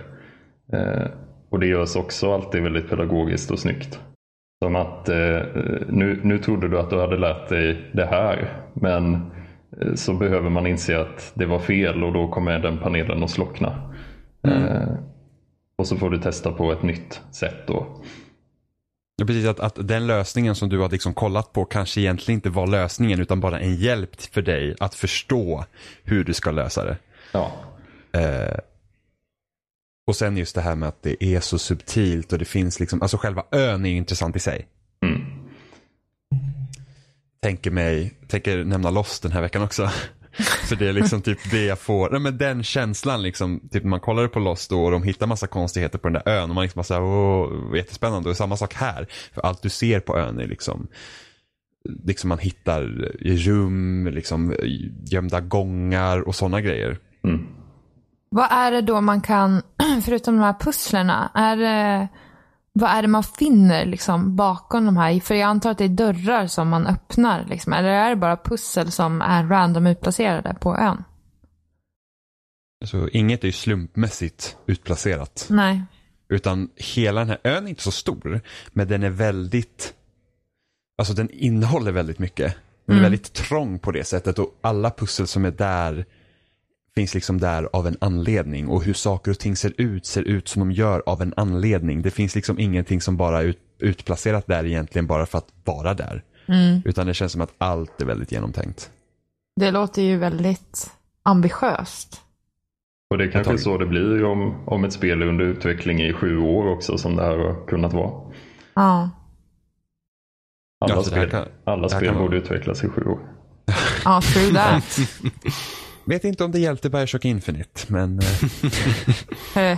Och det görs också alltid väldigt pedagogiskt och snyggt. Som att nu, nu trodde du att du hade lärt dig det här, men så behöver man inse att det var fel och då kommer den panelen att slockna. Mm. Och så får du testa på ett nytt sätt då.
Ja, precis, att, att den lösningen som du har liksom kollat på kanske egentligen inte var lösningen utan bara en hjälp för dig att förstå hur du ska lösa det.
Ja.
Eh, och sen just det här med att det är så subtilt och det finns liksom, alltså själva ön är ju intressant i sig.
Mm.
Tänker mig, tänker nämna Lost den här veckan också. För det är liksom typ det jag får, nej men den känslan liksom, typ man kollar på Lost då och de hittar massa konstigheter på den där ön och man liksom bara såhär, åh, jättespännande, och samma sak här. För allt du ser på ön är liksom, liksom man hittar rum, liksom gömda gångar och sådana grejer.
Mm.
Vad är det då man kan, förutom de här pusslerna, är det, vad är det man finner liksom bakom de här? För jag antar att det är dörrar som man öppnar liksom. Eller är det bara pussel som är random utplacerade på ön?
Så inget är ju slumpmässigt utplacerat.
Nej.
Utan hela den här ön är inte så stor, men den är väldigt, alltså den innehåller väldigt mycket. Den är
Mm.
väldigt trång på det sättet och alla pussel som är där finns liksom där av en anledning, och hur saker och ting ser ut ser ut som de gör av en anledning. Det finns liksom ingenting som bara är ut, utplacerat där egentligen bara för att vara där.
Mm.
Utan det känns som att allt är väldigt genomtänkt.
Det låter ju väldigt ambitiöst.
Och det är kanske är så det blir om, om ett spel är under utveckling i sju år också, som det här har kunnat vara.
Ja.
Alla
Ja, så det här
spel,
kan-
alla
det här
spel
kan
borde
vara-
utvecklas i sju år.
Ja, true that.
Vet inte om det hjälpte Bioshock Infinite, men... eh,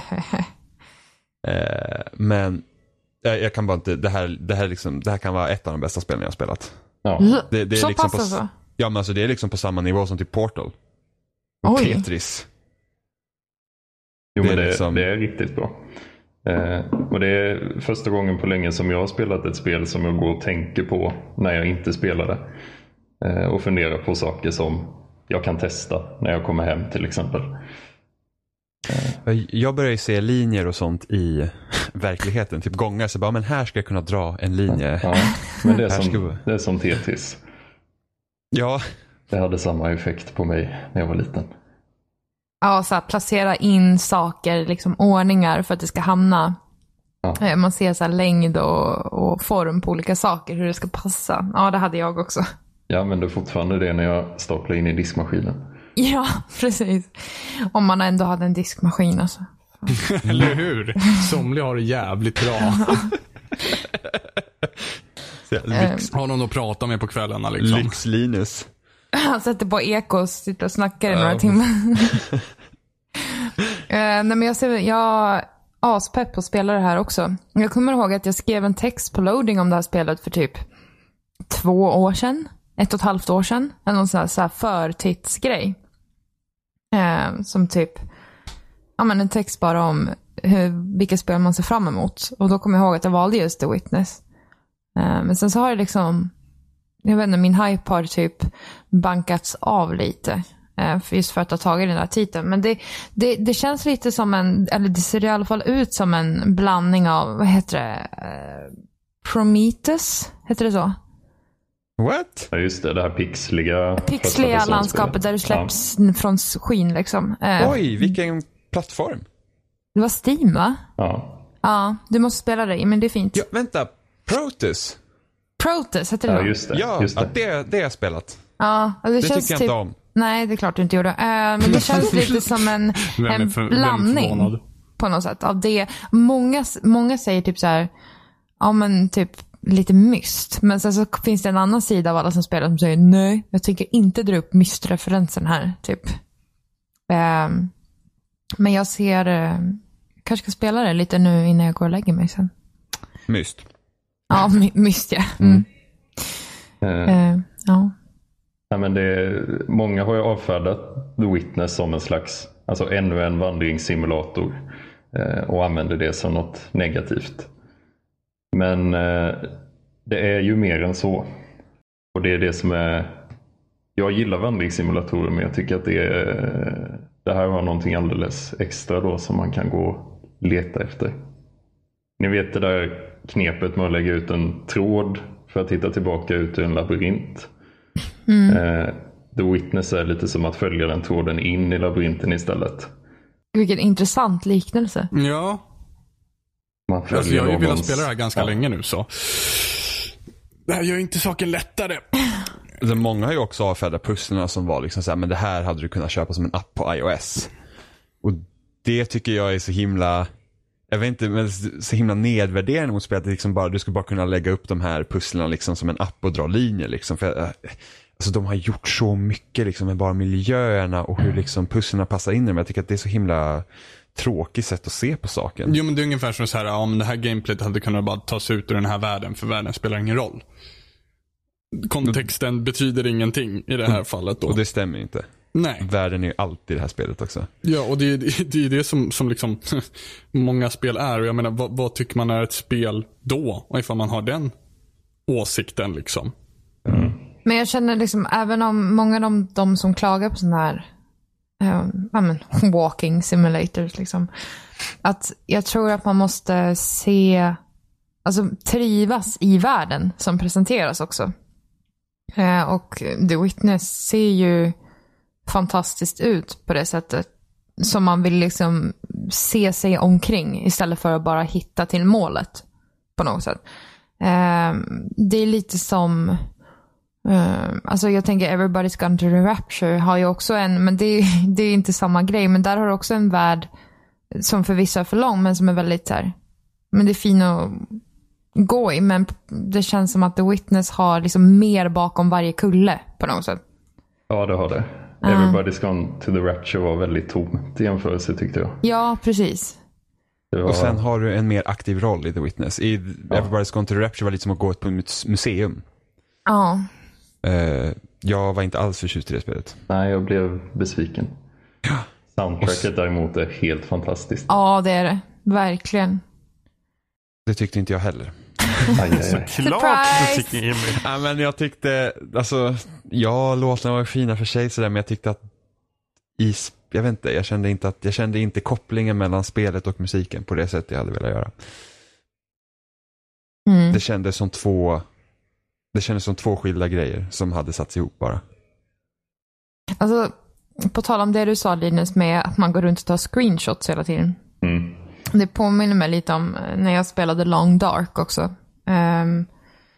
men jag, jag kan bara inte... Det här, det, här liksom, det här kan vara ett av de bästa spelen jag har spelat.
Ja.
Det, det är
så
liksom
pass
på,
alltså?
Ja, men alltså det är liksom på samma nivå som typ Portal. Och
Oj.
Tetris.
Jo,
Det
men
är
det,
liksom-
det är riktigt bra. Eh, och det är första gången på länge som jag har spelat ett spel som jag går och tänker på när jag inte spelar det. Eh, och funderar på saker som jag kan testa när jag kommer hem till exempel.
Jag börjar ju se linjer och sånt i verkligheten. Typ gångar, så bara, men här ska jag kunna dra en linje.
Ja, men det är,
Här ska
som,
vi-
det är som Tetris.
Ja,
Det hade samma effekt på mig när jag var liten.
Ja, så här, placera in saker, liksom ordningar för att det ska hamna.
Ja.
Eh, Man ser så här längd och, och form på olika saker, hur det ska passa. Ja, det hade jag också.
Jag använder fortfarande det när jag staplar in i diskmaskinen.
Ja, precis. Om man ändå hade en diskmaskin alltså.
Eller hur? Somliga har det jävligt bra.
lyx,
Har någon att prata med på kvällarna liksom.
lyx-Linus.
Han sätter på ekos, sitter och snackar i några timmar. eh, nej, men jag ser, jag är aspepp på att spela det här också. Jag kommer ihåg att jag skrev en text på loading om det här spelet för typ två år sedan. Ett och ett halvt år sedan. En någon sån här, så här förtitsgrej. Eh, som typ, ja men en text bara om hur, vilka spel man ser fram emot. Och då kommer jag ihåg att jag valde just The Witness. Eh, men sen så har det liksom, jag vet inte, min hype har typ bankats av lite. Eh, för just för att ha tagit den där titeln. Men det, det, det känns lite som en, eller det ser i alla fall ut som en blandning av, vad heter det? Eh, Prometheus, heter det så?
What?
Ja, just det, det här pixliga...
Pixliga
första
landskapet där du
personspelet.
släpps från skyn liksom. Eh,
Oj, vilken plattform.
Det var Steam, va?
Ja.
Ja, du måste spela det, men det är fint.
Ja, vänta. Protus.
Protus, heter det
Ja,
då?
just det.
Ja,
just
ja
det.
det, det har jag spelat.
Ja, och det,
Det
känns
tycker jag
typ...
inte om.
Nej, det är klart du inte gjorde. Uh, men det känns lite som en,
Vem är
en
för- vem är
blandning
förvånad?
på något sätt av det. Många, många säger typ så här, ja men typ lite myst. Men sen så finns det en annan sida av alla som spelar som säger nej, jag tänker inte dra upp myst-referensen här, typ. Um, men jag ser, uh, kanske ska spela det lite nu innan jag går och lägger mig sen.
Myst.
Ja, my, myst ja. Mm.
Eh,
Uh, ja.
Ja, men det är, många har ju avfärdat The Witness som en slags, alltså ännu en vandringssimulator eh, och använder det som något negativt. Men eh, det är ju mer än så. Och det är det som är, jag gillar vandringssimulatorer, men jag tycker att det, är, det här var någonting alldeles extra då som man kan gå och leta efter. Ni vet det där knepet med att lägga ut en tråd för att hitta tillbaka ut ur en labyrint. Mm. Eh, The Witness är lite som att följa den tråden in i labyrinten istället.
Vilken intressant liknelse.
Ja,
Man följer
alltså jag har ju velat
någons-
spela det här ganska
ja.
länge nu så. Det här gör inte saken lättare.
Alltså, många har ju också avfärdat pusslarna som var liksom så här, men det här hade du kunnat köpa som en app på iOS. Och det tycker jag är så himla, jag vet inte, men så himla nedvärderande mot spelet. Liksom bara, du skulle bara kunna lägga upp de här pusslarna liksom som en app och dra linjer liksom. För, alltså, de har gjort så mycket liksom med bara miljöerna och hur liksom pusslarna passar in i dem. Jag tycker att det är så himla tråkigt sätt att se på saken.
Jo, men det är ungefär som så här, om det här gameplayet hade kunnat bara tas ut ur den här världen, för världen spelar ingen roll. Kontexten betyder ingenting i det här fallet då.
Och det stämmer ju inte.
Nej.
Världen är ju alltid i det här spelet också.
Ja, och det är det, det, är det som, som liksom många spel är. Och jag menar, vad, vad tycker man är ett spel då? Och ifall man har den åsikten liksom.
Mm.
Men jag känner liksom, även om många av de, de som klagar på sådana här um, ja, men, walking simulators liksom, att jag tror att man måste se, alltså trivas i världen som presenteras också. Uh, och The Witness ser ju fantastiskt ut på det sättet som man vill liksom se sig omkring istället för att bara hitta till målet på något sätt. Uh, det är lite som Uh, alltså jag tänker Everybody's Gone to the Rapture har ju också en, men det, det är inte samma grej, men där har du också en värld som för vissa är för lång men som är väldigt här, men det är fint att gå i, men det känns som att The Witness har liksom mer bakom varje kulle på något sätt.
Ja, det har det. Uh. Everybody's Gone to the Rapture var väldigt tomt i jämförelse tyckte jag.
Ja, precis.
Var... Och sen har du en mer aktiv roll i The Witness. I ja. Everybody's Gone to the Rapture var lite som att gå på ett museum.
Ja.
Uh, jag var inte alls förtjust i det spelet.
Nej, jag blev besviken. Ja. Soundtracket och... däremot är helt fantastiskt.
Ja, det är det. Verkligen.
Det tyckte inte jag heller.
Aj, aj, aj. Såklart du tycker Jimmy.
Ja, men jag tyckte, alltså, ja, låtarna var fina för sig sådär, men jag tyckte att i, jag vet inte, jag kände inte att, jag kände inte kopplingen mellan spelet och musiken på det sättet jag hade velat göra. Mm. Det kändes som två, det kändes som två skilda grejer som hade satts ihop bara.
Alltså, på tal om det du sa, Linus, med att man går runt och tar screenshots hela tiden.
Mm.
Det påminner mig lite om när jag spelade Long Dark också. Um,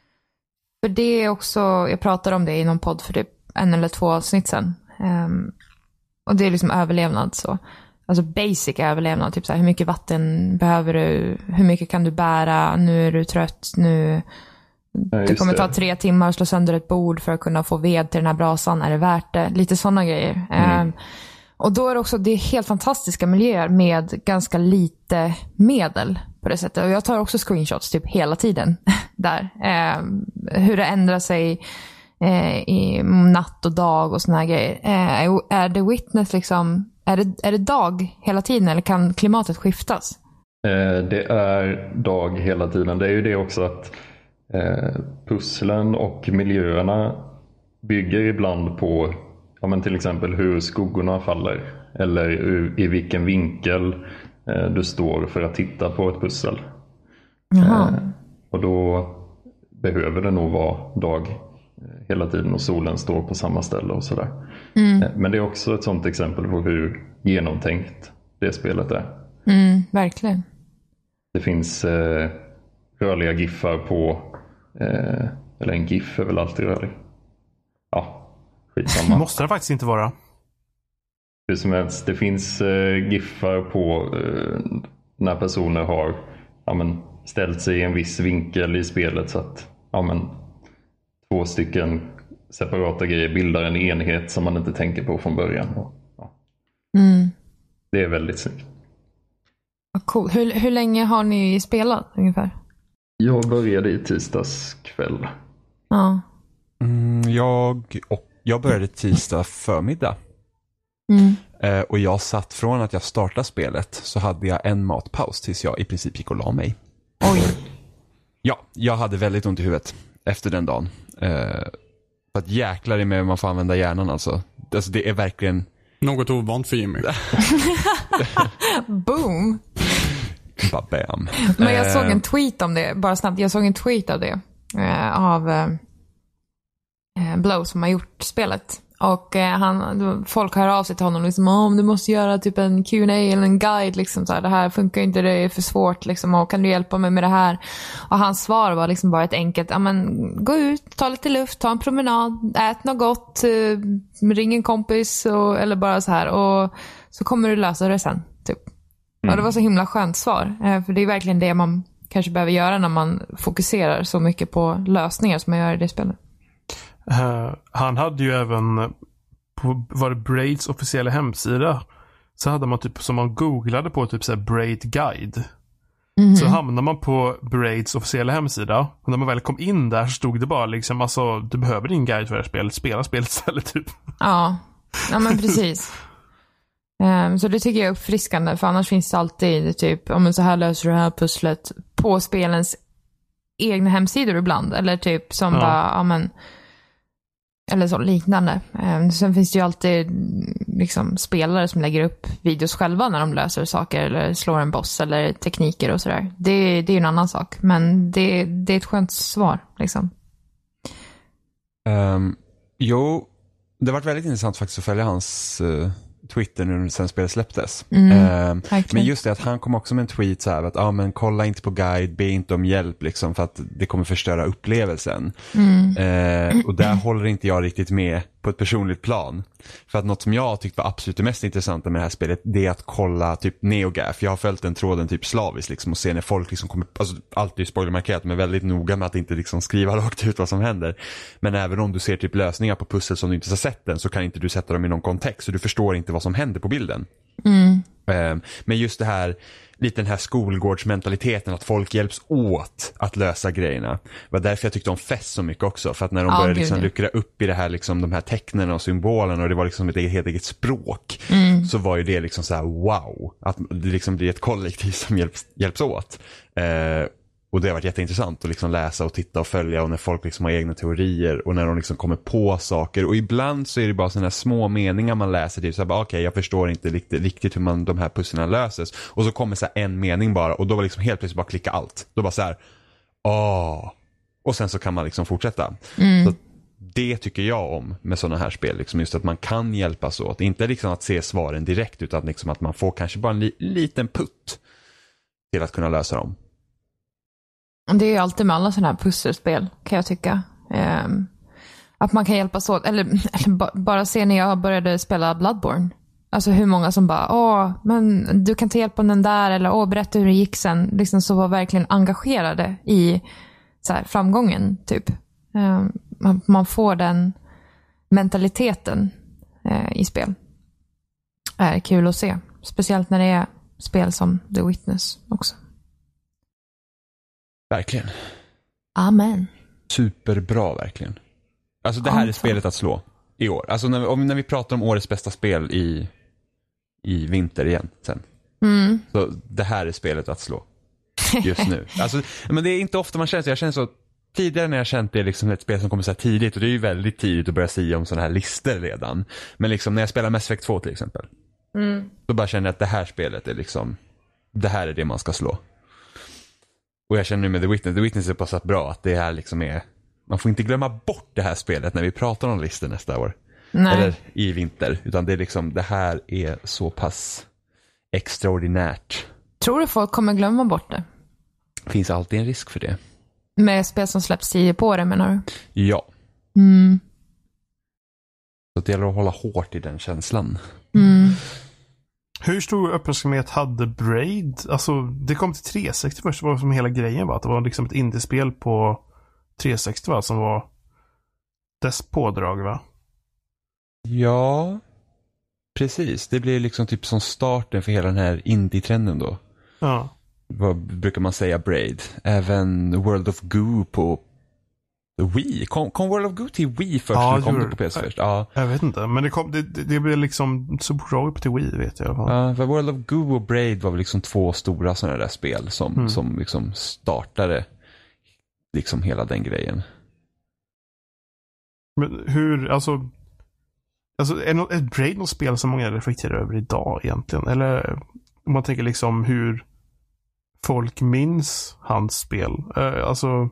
för det är också, jag pratade om det i någon podd för typ en eller två avsnitt sen. Um, och det är liksom överlevnad så. Alltså basic överlevnad. Typ så här, hur mycket vatten behöver du? Hur mycket kan du bära? Nu är du trött. Nu, ja, det kommer ta tre timmar att slå sönder ett bord för att kunna få ved till den här brasan. Är det värt det? Lite sådana grejer. Mm. Um, Och då är det också, det är helt fantastiska miljöer med ganska lite medel på det sättet. Och jag tar också screenshots typ hela tiden där. Eh, hur det ändrar sig eh, i natt och dag och såna här grejer. Eh, är det Witness liksom, är det, är det dag hela tiden eller kan klimatet skiftas?
Eh, det är dag hela tiden. Det är ju det också att eh, pusslen och miljöerna bygger ibland på, ja, men till exempel hur skuggorna faller eller i vilken vinkel eh, du står för att titta på ett pussel. Eh, och då behöver det nog vara dag eh, hela tiden och solen står på samma ställe och sådär. Mm. Eh, men det är också ett sånt exempel på hur genomtänkt det spelet är.
Mm, verkligen.
Det finns eh, rörliga giffar på, eh, eller en giff är väl alltid rörlig. Ja.
Det måste det faktiskt inte vara.
Hur som helst, det finns eh, giffar på eh, när personer har ja, men, ställt sig i en viss vinkel i spelet så att ja, men, två stycken separata grejer bildar en enhet som man inte tänker på från början. Och, ja.
Mm.
Det är väldigt snyggt.
Cool. Hur, hur länge har ni spelat ungefär?
Jag började i tisdags kväll.
Ja.
Mm, jag och Jag började tisdag förmiddag.
Mm.
Eh, och jag satt från att jag startade spelet så hade jag en matpaus tills jag i princip gick och la mig.
Oj.
Ja, jag hade väldigt ont i huvudet efter den dagen. Eh, för att jäklar i mig man får använda hjärnan alltså. Alltså det är verkligen...
Något ovant för Jimmy.
Boom.
Bara bam.
Men jag såg en tweet om det, bara snabbt. Jag såg en tweet av det. Eh, av... Eh, Blow som har gjort spelet. Och eh, han, folk hör av sig till honom liksom, om oh, du måste göra typ en Q and A eller en guide liksom, så här, det här funkar inte, det är för svårt liksom, och kan du hjälpa mig med det här? Och hans svar var liksom bara ett enkelt, ja men gå ut, ta lite luft, ta en promenad, ät något gott, eh, ring en kompis och, eller bara så här, och så kommer du lösa det sen typ. Mm. Och det var så himla skönt svar, eh, för det är verkligen det man kanske behöver göra när man fokuserar så mycket på lösningar som man gör i det spelet.
Uh, han hade ju även på var det Braids officiella hemsida så hade man typ som man googlade på typ så här Braid guide. Mm-hmm. Så hamnar man på Braids officiella hemsida och när man väl kom in där så stod det bara liksom alltså du behöver din guide för det här spelet, spela spelet istället typ.
Ja. Ja men precis. um, så det tycker jag är uppfriskande för annars finns det alltid typ om så här löser du det här pusslet på spelens egna hemsidor ibland eller typ som ja. bara ja men eller så liknande. Sen finns det ju alltid liksom spelare som lägger upp videos själva när de löser saker eller slår en boss eller tekniker och sådär. Det, det är ju en annan sak. Men det, det är ett skönt svar liksom.
Um, jo, det har varit väldigt intressant faktiskt att följa hans uh, Twitter nu sen spelet släpptes.
Mm,
um, men just det att han kom också med en tweet så här att ah, men kolla inte på guide, be inte om hjälp liksom, för att det kommer förstöra upplevelsen.
Mm.
Uh, och där håller inte jag riktigt med på ett personligt plan. För att något som jag tyckte var absolut det mest intressanta med det här spelet, det är att kolla typ NeoGAF. Jag har följt den tråden typ slaviskt liksom, och se när folk liksom kommer, alltså alltid spoilermarkerat, men väldigt noga med att inte liksom skriva rakt ut vad som händer. Men även om du ser typ lösningar på pussel som du inte har sett den, så kan inte du sätta dem i någon kontext, så du förstår inte vad som händer på bilden.
Mm.
Men just det här, lite den här skolgårdsmentaliteten, att folk hjälps åt att lösa grejerna. Det var därför jag tyckte om Fest så mycket också, för att när de
ja,
började liksom
gud.
luckra upp i det här, liksom, de här tecknen och symbolerna, och det var liksom ett helt eget språk,
Mm.
så var ju det liksom så här wow, att det liksom blir ett kollektiv som hjälps, hjälps åt. Eh, och det har varit jätteintressant att liksom läsa och titta och följa, och när folk liksom har egna teorier och när de liksom kommer på saker, och ibland så är det bara sådana här små meningar man läser till, så här, okej okay, jag förstår inte riktigt, riktigt hur man, de här pusslarna löses, och så kommer så här en mening bara, och då var liksom helt plötsligt bara klicka allt, då bara så här åh, och sen så kan man liksom fortsätta.
Mm.
Så det tycker jag om med sådana här spel, liksom just att man kan hjälpas åt, inte liksom att se svaren direkt, utan liksom att man får kanske bara en li- liten putt till att kunna lösa dem.
Det är ju alltid med alla sådana här pusselspel, kan jag tycka. Um, att man kan hjälpas åt. Eller, eller ba- bara se när jag började spela Bloodborne. Alltså hur många som bara, åh, men du kan ta hjälp om den där. Eller, åh, berätta hur det gick sen. Liksom så var verkligen engagerade i så här, framgången, typ. Um, man, man får den mentaliteten uh, i spel. Det är kul att se. Speciellt när det är spel som The Witness också.
Verkligen.
Amen.
Superbra, verkligen. Alltså det här
Ja,
är spelet att slå i år. Alltså när vi, om, när vi pratar om årets bästa spel i, i vinter igen sen.
Mm.
Så det här är spelet att slå just nu. Alltså, men det är inte ofta man känner så. Jag känner så tidigare när jag känt det liksom ett spel som kommer så här tidigt, och det är ju väldigt tidigt att börja säga om sådana här listor redan. Men liksom när jag spelar Mass Effect två till exempel.
Mm.
Då bara känner jag att det här spelet är liksom, det här är det man ska slå. Och jag känner nu med The Witness, The Witness är på så bra att det här liksom är, man får inte glömma bort det här spelet när vi pratar om listor nästa år.
Nej.
Eller i vinter, utan det är liksom, det här är så pass extraordinärt.
Tror du folk kommer glömma bort det?
Finns alltid en risk för det.
Med spel som släpps tio på det, menar du?
Ja.
Mm.
Så det gäller att hålla hårt i den känslan.
Mm.
Hur stor uppmärksamhet hade Braid? Alltså, det kom till tre sextio först, det var som hela grejen, va? Att det var liksom ett indiespel på tre sextio, va? Som var dess pådrag, va?
Ja, precis. Det blir liksom typ som starten för hela den här indie-trenden då.
Ja.
Vad brukar man säga, Braid? Även World of Goo på Wii. Kom, kom World of Goo till Wii först?
Ja,
eller kom
det
det på P S först? Ja.
Jag vet inte, men det, kom, det, det, det blev liksom support till Wii, vet jag.
Ja, för World of Goo och Braid var väl liksom två stora sådana där spel som,
Mm.
som liksom startade liksom hela den grejen.
Men hur, alltså... Alltså, är, no, är Braid något spel som många reflekterar över idag egentligen? Eller om man tänker liksom hur folk minns hans spel. Uh, alltså...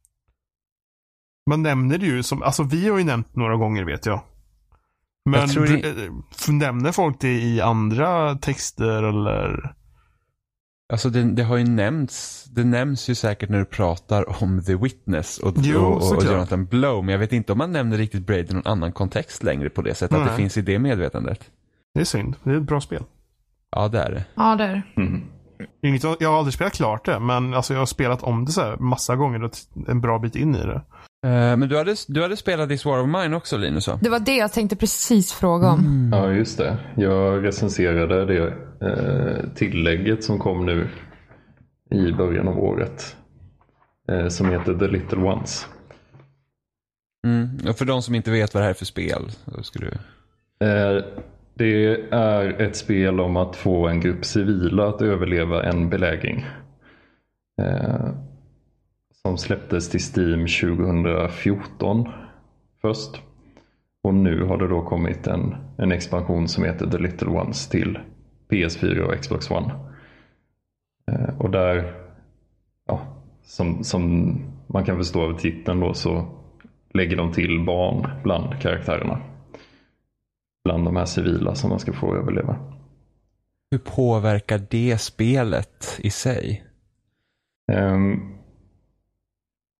Man nämner det ju som... Alltså, vi har ju nämnt några gånger, vet jag. Men
Jag tror
det...
det...
nämner folk det i andra texter eller...
Alltså det, det har ju nämnts, det nämns ju säkert när du pratar om The Witness och,
Jo,
och, och, och
såklart.
Jonathan Blow, men jag vet inte om man nämner riktigt Braid i någon annan kontext längre på det sättet,
Nej.
att det finns i det medvetandet.
Det är synd. Det är ett bra spel.
Ja, det är det.
Ja, det är det.
Mm.
Inget, jag har aldrig spelat klart det, men alltså, jag har spelat om det så här massa gånger och en bra bit in i det.
Uh, men du hade, du hade spelat This War of Mine också, Linus? Så.
Det var det jag tänkte precis fråga om.
Mm.
Ja, just det. Jag recenserade det eh, tillägget som kom nu i början av året. Eh, som heter The Little Ones.
Mm. Och för de som inte vet vad det här är för spel, så ska du...
Eh, det är ett spel om att få en grupp civila att överleva en belägring. Eh, som släpptes till Steam tjugohundrafjorton först. Och nu har det då kommit en, en expansion som heter The Little Ones till P S fyra och Xbox One. Eh, och där, ja, som, som man kan förstå av titeln då, så lägger de till barn bland karaktärerna. Bland de här civila som man ska få överleva.
Hur påverkar det spelet i sig?
Um,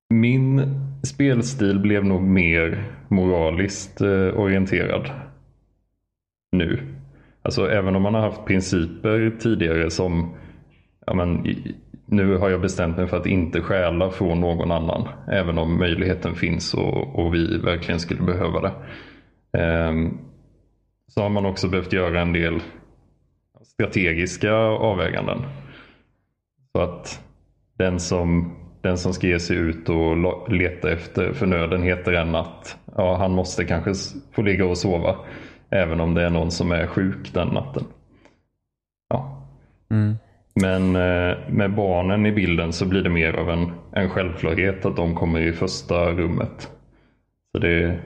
min spelstil blev nog mer moraliskt eh, orienterad nu. Alltså även om man har haft principer tidigare som ja, men, nu har jag bestämt mig för att inte stjäla från någon annan. Även om möjligheten finns och, och vi verkligen skulle behöva det. Um, så har man också behövt göra en del strategiska avväganden. Så att den som, den som ska ge sig ut och leta efter förnödenheter en natt, ja, han måste kanske få ligga och sova. Även om det är någon som är sjuk den natten. Ja. Mm. Men med barnen i bilden så blir det mer av en, en självklarhet att de kommer i första rummet. Så det...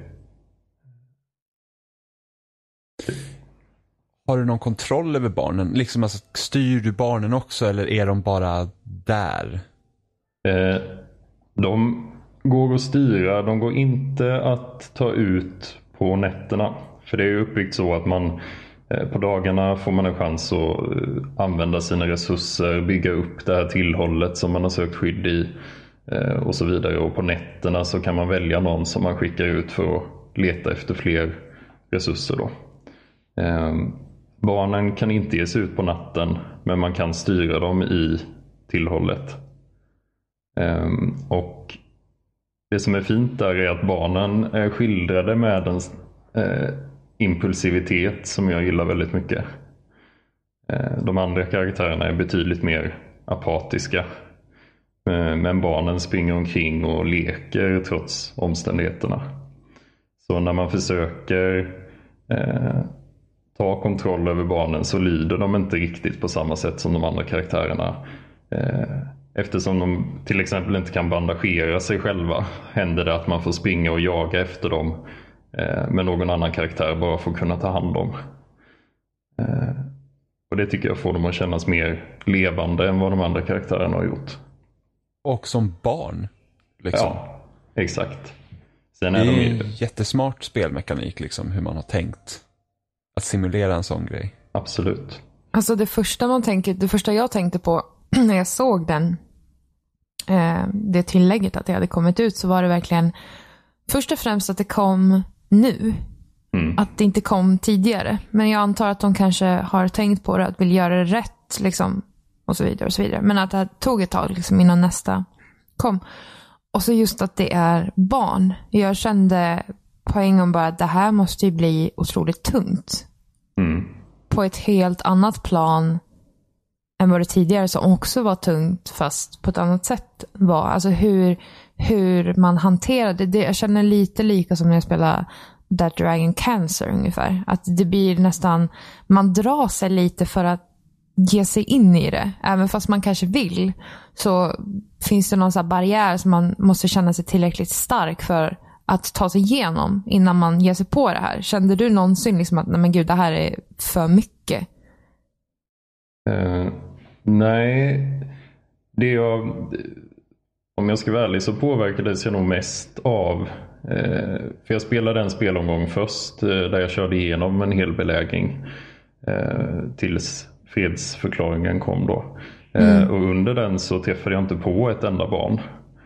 Har du någon kontroll över barnen? Liksom alltså, styr du barnen också eller är de bara där?
Eh, de går att styra. De går inte att ta ut på nätterna. För det är ju uppbyggt så att man på dagarna får man en chans att använda sina resurser, bygga upp det här tillhållet som man har sökt skydd i och så vidare. Och på nätterna så kan man välja någon som man skickar ut för att leta efter fler resurser då. Barnen kan inte ge sig ut på natten, men man kan styra dem i tillhållet. Och det som är fint där är att barnen är skildrade med en impulsivitet som jag gillar väldigt mycket. De andra karaktärerna är betydligt mer apatiska. Men barnen springer omkring och leker trots omständigheterna. Så när man försöker eh, ta kontroll över barnen så lyder de inte riktigt på samma sätt som de andra karaktärerna. Eh, eftersom de till exempel inte kan bandagera sig själva händer det att man får springa och jaga efter dem. Men någon annan karaktär bara får kunna ta hand om. Och det tycker jag får dem att kännas mer levande än vad de andra karaktärerna har gjort.
Och som barn liksom.
Ja, exakt. Sen
det
är
är
de
ju jättesmart spelmekanik liksom, hur man har tänkt att simulera en sån grej.
Absolut.
Alltså det första man tänker, det första jag tänkte på när jag såg den eh, det tillägget att det hade kommit ut, så var det verkligen först och främst att det kom nu. Mm. Att det inte kom tidigare. Men jag antar att de kanske har tänkt på det, att vill göra det rätt liksom, och så vidare och så vidare. Men att det tog ett tag liksom, innan nästa kom. Och så just att det är barn. Jag kände på en gång bara att det här måste ju bli otroligt tungt. Mm. På ett helt annat plan än vad det tidigare som också var tungt, fast på ett annat sätt var. Alltså hur, hur man hanterade det. Jag känner lite lika som när jag spelar That Dragon Cancer ungefär. Att det blir nästan, man drar sig lite för att ge sig in i det. Även fast man kanske vill, så finns det någon sån här barriär som man måste känna sig tillräckligt stark för att ta sig igenom innan man ger sig på det här. Kände du någonsin liksom att nej men gud, det här är för mycket?
Uh, nej, det jag, om jag ska vara ärlig, så påverkades jag nog mest av uh, för jag spelade en spelomgång först uh, där jag körde igenom en hel belägring uh, tills fredsförklaringen kom då. Uh, mm. Och under den så träffade jag inte på ett enda barn.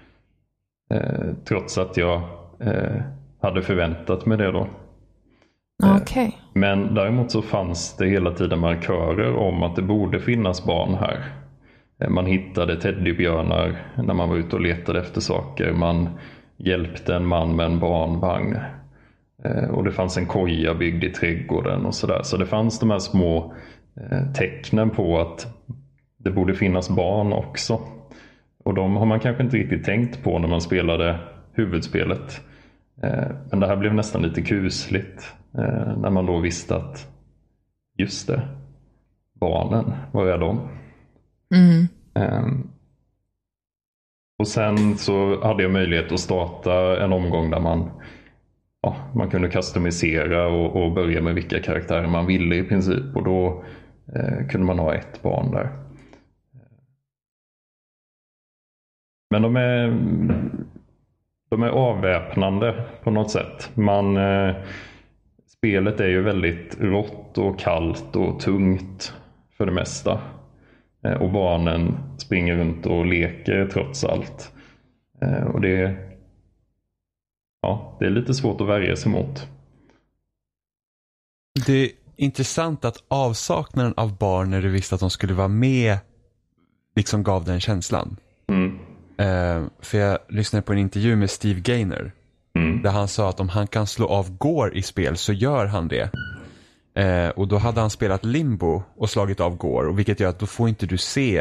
Uh, trots att jag uh, hade förväntat mig det då.
Okay.
Men däremot så fanns det hela tiden markörer om att det borde finnas barn här. Man hittade teddybjörnar när man var ute och letade efter saker. Man hjälpte en man med en barnvagn. Och det fanns en koja byggd i trädgården och sådär. Så det fanns de här små tecknen på att det borde finnas barn också. Och de har man kanske inte riktigt tänkt på när man spelade huvudspelet. Men det här blev nästan lite kusligt. När man då visste att just det, barnen, vad är de? Mm. Um, och sen så hade jag möjlighet att starta en omgång där man, ja, man kunde customisera och, och börja med vilka karaktärer man ville i princip. Och då eh, kunde man ha ett barn där. Men de är, de är avväpnande på något sätt. Man... Eh, Spelet är ju väldigt rått och kallt och tungt för det mesta. Och barnen springer runt och leker trots allt. Eh, och det, ja, det är lite svårt att värja sig mot.
Det är intressant att avsaknaden av barn när du visste att de skulle vara med liksom gav den känslan.
Mm.
Eh, för jag lyssnade på en intervju med Steve Gaynor.
Mm.
Där han sa att om han kan slå av Gore i spel så gör han det. Eh, och då hade han spelat Limbo och slagit av Gore. Och vilket gör att då får inte du se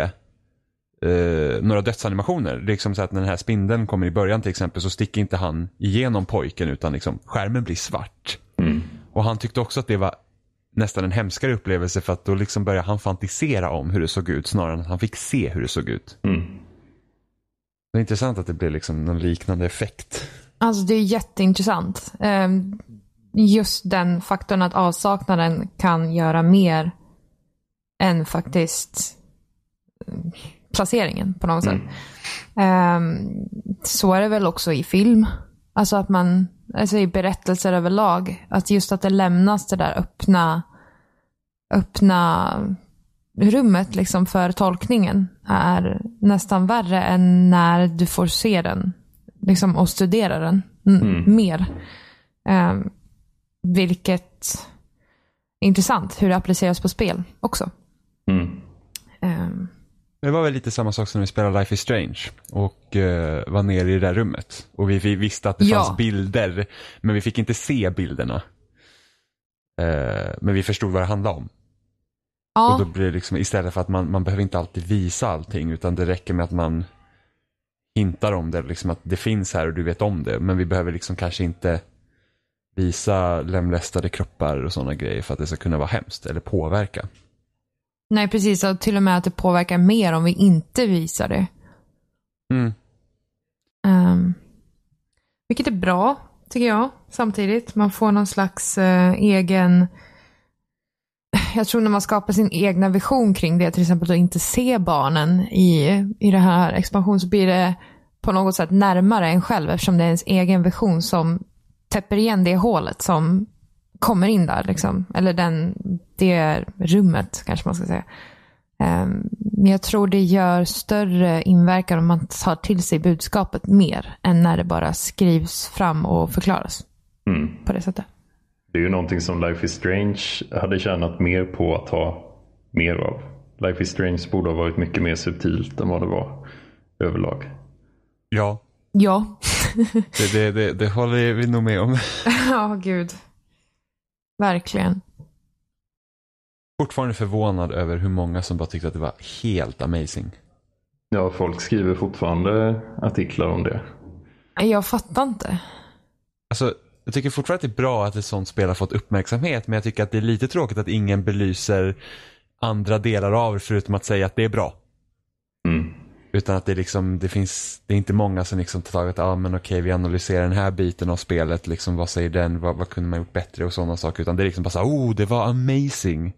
eh, några dödsanimationer. Det är liksom så att när den här spindeln kommer i början till exempel så sticker inte han igenom pojken utan liksom skärmen blir svart.
Mm.
Och han tyckte också att det var nästan en hemskare upplevelse för att då liksom började han fantisera om hur det såg ut snarare än att han fick se hur det såg ut.
Mm.
Det är intressant att det blir liksom någon liknande effekt.
Alltså det är jätteintressant. Um, just den faktorn att avsaknaden kan göra mer än faktiskt placeringen på något sätt. Mm. Um, så är det väl också i film. Alltså att man, alltså i berättelser överlag, att just att det lämnas det där öppna öppna rummet liksom för tolkningen är nästan värre än när du får se den liksom och studera den mm. mer. Um, vilket är intressant hur det appliceras på spel också.
Mm.
Um,
Det var väl lite samma sak som när vi spelade Life is Strange och uh, var nere i det där rummet. Och vi, vi visste att det
ja.
fanns bilder, men vi fick inte se bilderna. Uh, men vi förstod vad det handlade om.
ja.
Och då blir det liksom, istället för att man, man behöver inte alltid visa allting, utan det räcker med att man hintar om det, liksom att det finns här och du vet om det. Men vi behöver liksom kanske inte visa lemlästade kroppar och sådana grejer för att det ska kunna vara hemskt eller påverka.
Nej, precis. Och till och med att det påverkar mer om vi inte visar det.
Mm.
Um, vilket är bra, tycker jag. Samtidigt, man får någon slags uh, egen... Jag tror när man skapar sin egna vision kring det, till exempel att inte se barnen i, i det här expansion, så blir det på något sätt närmare en själv, eftersom det är ens egen vision som täpper igen det hålet som kommer in där liksom. Eller den, det rummet kanske man ska säga. Um, men jag tror det gör större inverkan om man tar till sig budskapet mer än när det bara skrivs fram och förklaras
Mm.
på det sättet.
Det är ju någonting som Life is Strange hade tjänat mer på att ha mer av. Life is Strange borde ha varit mycket mer subtilt än vad det var överlag.
Ja.
Ja.
det, det, det, det håller vi nog med om.
Ja, gud. Verkligen.
Fortfarande förvånad över hur många som bara tyckte att det var helt amazing.
Ja, folk skriver fortfarande artiklar om det.
Jag fattar inte.
Alltså, jag tycker fortfarande att det är bra att ett sånt spel har fått uppmärksamhet, men jag tycker att det är lite tråkigt att ingen belyser andra delar av det förutom att säga att det är bra.
Mm.
Utan att det liksom, det finns, det är inte många som liksom tar tag att, ja ah, men okej, vi analyserar den här biten av spelet, liksom vad säger den, vad, vad kunde man gjort bättre och sådana saker, utan det är liksom bara så, oh, det var amazing.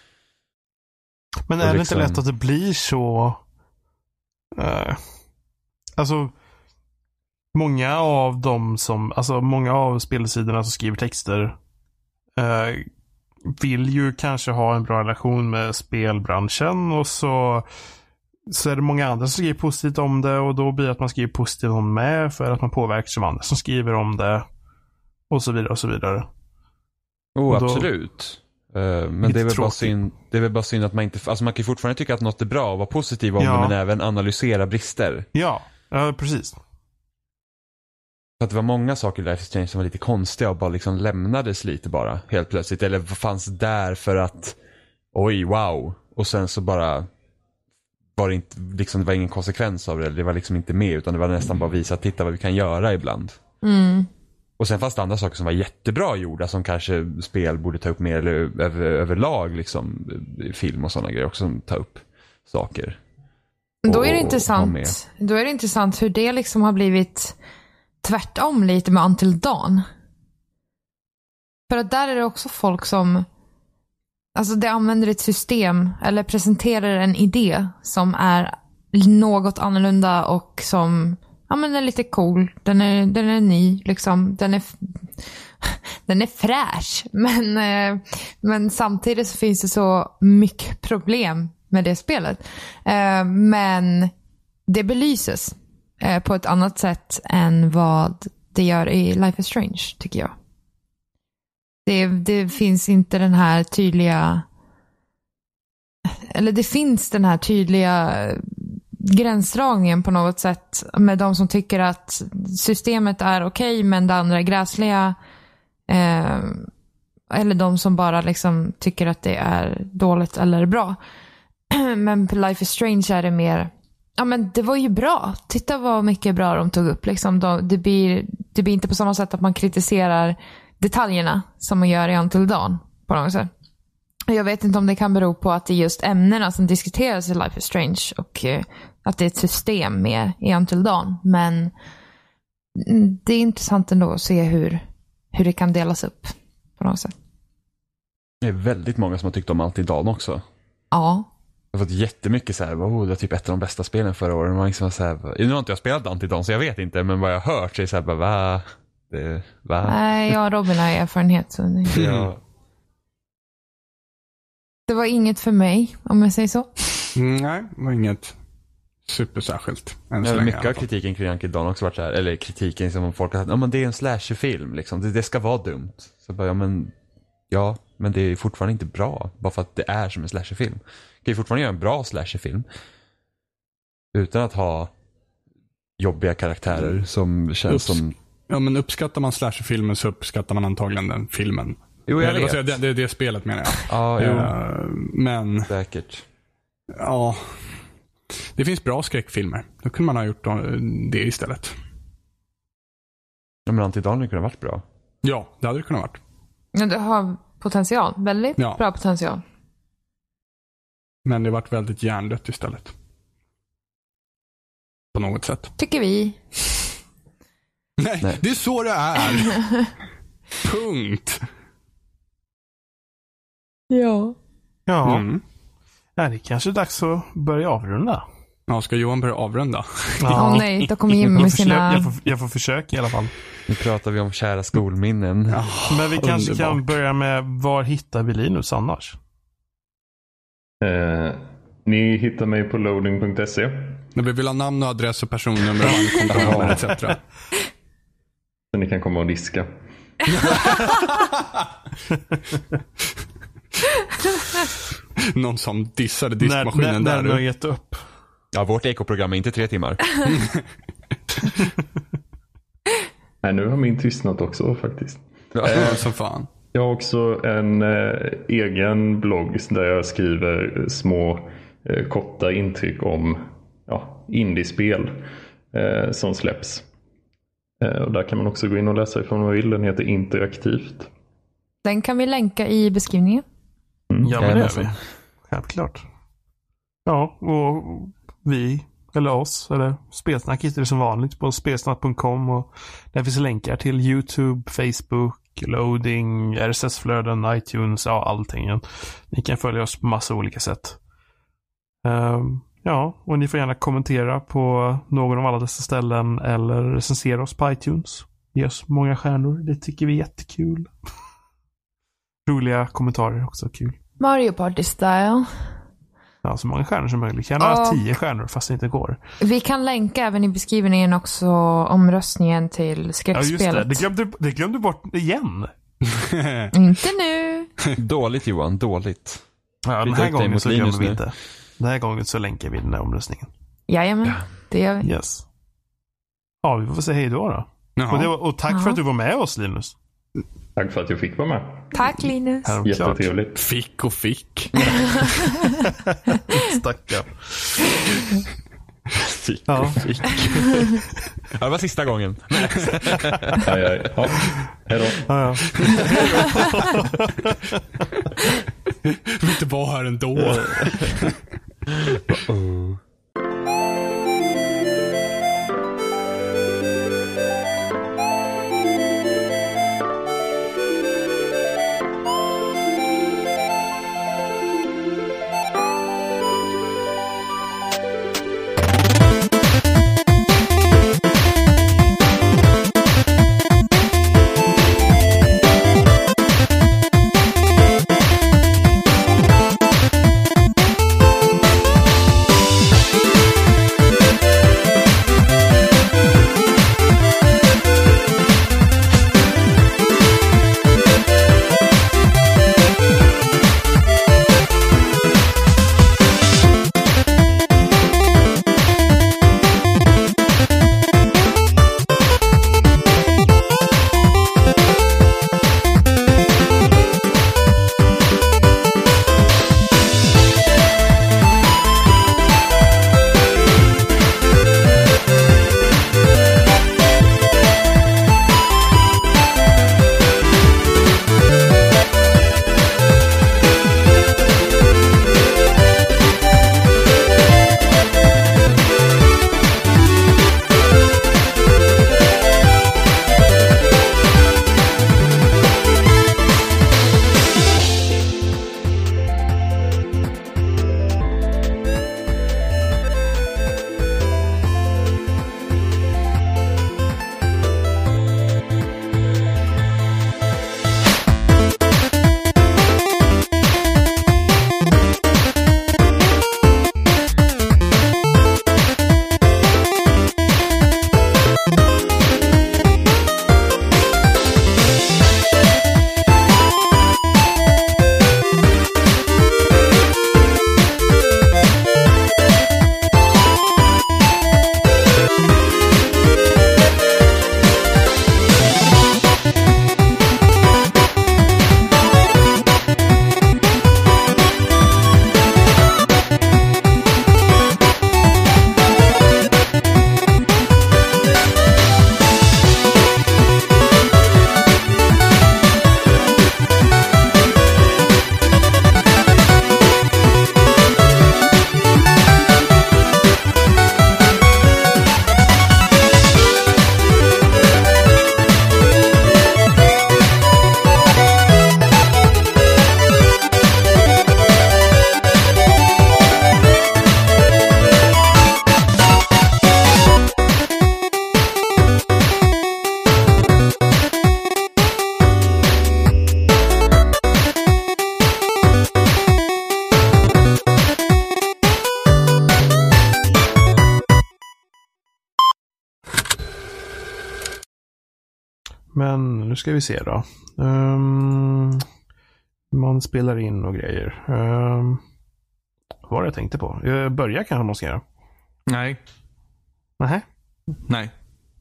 Men
och
är det
liksom...
inte lätt att det blir så uh, alltså många av dem som, alltså många av spelsidorna som skriver texter uh, vill ju kanske ha en bra relation med spelbranschen, och så så är det många andra som skriver positivt om det, och då blir det att man skriver positivt om med för att man påverkas av andra som skriver om det och så vidare och så vidare.
Oh,
då,
absolut. Uh, men det är, väl bara synd, det är väl bara synd att man inte, alltså man kan ju fortfarande tycka att något är bra och vara positiv om
ja.
det, men även analysera brister.
Ja, ja precis.
Så att det var många saker i Life is Strange som var lite konstiga och bara liksom lämnades lite bara helt plötsligt, eller fanns där för att oj, wow, och sen så bara var det inte, liksom, det var ingen konsekvens av det, det var liksom inte med, utan det var nästan bara visa, titta vad vi kan göra ibland.
Mm.
Och sen fanns det andra saker som var jättebra gjorda, som kanske spel borde ta upp mer, eller över, överlag liksom film och sådana grejer också, som tar upp saker.
Då är det
och,
intressant. Då är det intressant hur det liksom har blivit tvärtom lite med Until Dawn. För att där är det också folk som, alltså det använder ett system eller presenterar en idé som är något annorlunda och som, ja, men är lite cool. Den är, den är ny liksom. Den är den är fräsch, men eh, men samtidigt så finns det så mycket problem med det spelet. Eh, men det belyses eh, på ett annat sätt än vad det gör i Life is Strange, tycker jag. Det, det finns inte den här tydliga, eller det finns den här tydliga gränsdragningen på något sätt med de som tycker att systemet är okej men det andra är gräsliga, eh, eller de som bara liksom tycker att det är dåligt eller bra. Men på Life is Strange är det mer, ja men det var ju bra, titta vad mycket bra de tog upp liksom. de, det, blir, det blir inte på samma sätt att man kritiserar detaljerna som man gör i Until Dawn på något sätt. Jag vet inte om det kan bero på att det är just ämnena som diskuteras i Life is Strange och eh, att det är ett system mer i Until Dawn. Men det är intressant ändå att se hur, hur det kan delas upp på något sätt.
Det är väldigt många som har tyckt om Until Dawn också.
Ja.
Jag har fått jättemycket så här, oh, det är typ ett av de bästa spelen förra året. Man liksom så här, nu har inte jag spelat Until Dawn så jag vet inte, men vad jag har hört så är det så här, bara, va? Det, va?
Nej, jag och Robin har erfarenhet. Så det...
Ja.
det var inget för mig, om jag säger så.
Mm, nej, det var inget supersärskilt. Än så
Ja,
länge,
mycket av kritiken kring Until Dawn också varit så här, eller kritiken som folk har sagt, ja men det är en slasherfilm liksom, det, det ska vara dumt. Så bara, ja men, ja, men det är fortfarande inte bra, bara för att det är som en slasherfilm. Du kan ju fortfarande göra en bra slasherfilm utan att ha jobbiga karaktärer som känns
Upps-
som...
Ja, men uppskattar man slasherfilmen så uppskattar man antagligen den filmen.
Jo, jag
Eller, vad säger
vet.
jag, det, det är det spelet menar jag.
Ja, jo.
Uh, men,
Säkert.
ja. Det finns bra skräckfilmer. Då kunde man ha gjort det istället.
Ja, men Until Dawn hade kunnat varit bra.
Ja, det hade det kunnat varit.
Ja, det har potential, väldigt
Ja.
bra potential.
Men det har varit väldigt hjärndött istället. På något sätt.
Tycker vi.
Nej,
Nej.
det är så det är. Punkt.
Ja.
Ja,
Mm.
ja, det är kanske är dags att börja avrunda.
Ja, ska Johan börja avrunda?
Åh nej, då kommer Jimmy
Jag
med
får, försöka,
sina...
jag, får, jag får försöka i alla fall.
Nu pratar vi om kära skolminnen.
Ja,
Men vi kanske kan
underbart.
börja med, var hittar vi Linus annars?
Eh, ni hittar mig på loading punkt se.
När vi vill ha namn och adress och personnummer och bankkontonummer et cetera.
Så ni kan komma och diska.
Någon som dissade
När,
diskmaskinen
när, när
där.
du har
Du.
gett upp.
Ja, vårt ekoprogram är inte tre timmar.
Nej, nu har min tystnat också faktiskt.
Ja, som fan.
Jag har också en eh, egen blogg där jag skriver små eh, korta intryck om ja, indiespel eh, som släpps. Eh, och där kan man också gå in och läsa ifrån vad man vill. Den heter Interaktivt.
Den kan vi länka i beskrivningen.
Ja, men det gör
Jajamensan.
vi. Självklart. Ja, och vi, eller oss, eller Spelsnack hittar det som vanligt på spelsnack punkt com och där finns länkar till YouTube, Facebook, loading, R S S-flöden, iTunes, ja allting. Ni kan följa oss på massa olika sätt. Um, ja, och ni får gärna kommentera på någon av alla dessa ställen eller recensera oss på iTunes. Ge oss många stjärnor, det tycker vi är jättekul. Roliga kommentarer också, kul.
Mario Party style.
Ja, så många stjärnor som möjligt. Gärna
Ja.
tio stjärnor fast det inte går.
Vi kan länka även i beskrivningen också omröstningen till
Ja, just det.
skräckspelet.
Det glömde, det glömde bort igen.
Inte nu.
Dåligt Johan, dåligt.
Ja, den
Byta
här
ut dig
gången
mot
så glömmer
Linus
vi
nu.
inte. Den här gången så länkar vi den här omröstningen.
Jajamän, det gör vi.
Yes. Ja, vi får säga hej då då.
Jaha.
Och, det var, och tack
Ja.
för att du var med oss, Linus.
Tack för att jag fick vara med.
Tack Linus.
Självklart.
Jättetrevligt.
Fick och fick.
Stackarn.
Fick
Ja.
och fick. Ja, det var sista gången.
Ja, ja, ja. Hej då.
Ja, ja.
Vill inte vara här ändå.
Oh.
Men nu ska vi se då. Um, man spelar in och grejer. Um, vad var det jag tänkte på? Jag börjar kanske man ska göra.
Nej.
Nähä?
Nej.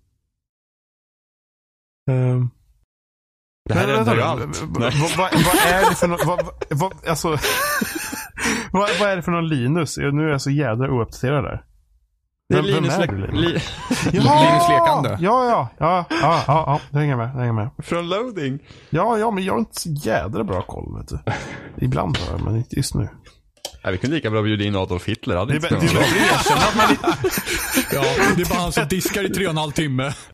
Um,
det här
men,
ändrar ju
vad,
allt.
vad, vad, vad är det för något? Vad, vad, alltså, vad, vad är det för någon Linus? Nu är jag så jädra ouppdaterad där.
Det är
Vem, vem
Linus,
är du, Linus?
Li-
Ja,
Linus Lekande.
Ja, ja, ja, ja, ja, ja, det hänger med, det hänger med.
från Loading.
Ja, ja, men jag har inte så jädra bra koll, vet du. Ibland har jag, men inte just nu.
Ja, vi kunde lika bra bjuda in Adolf Hitler. Hade
Det
inte
är, det är
spelat någon roll.
bättre att erkänna att man inte...
Ja, det är bara han som diskar i tre och en halv timme.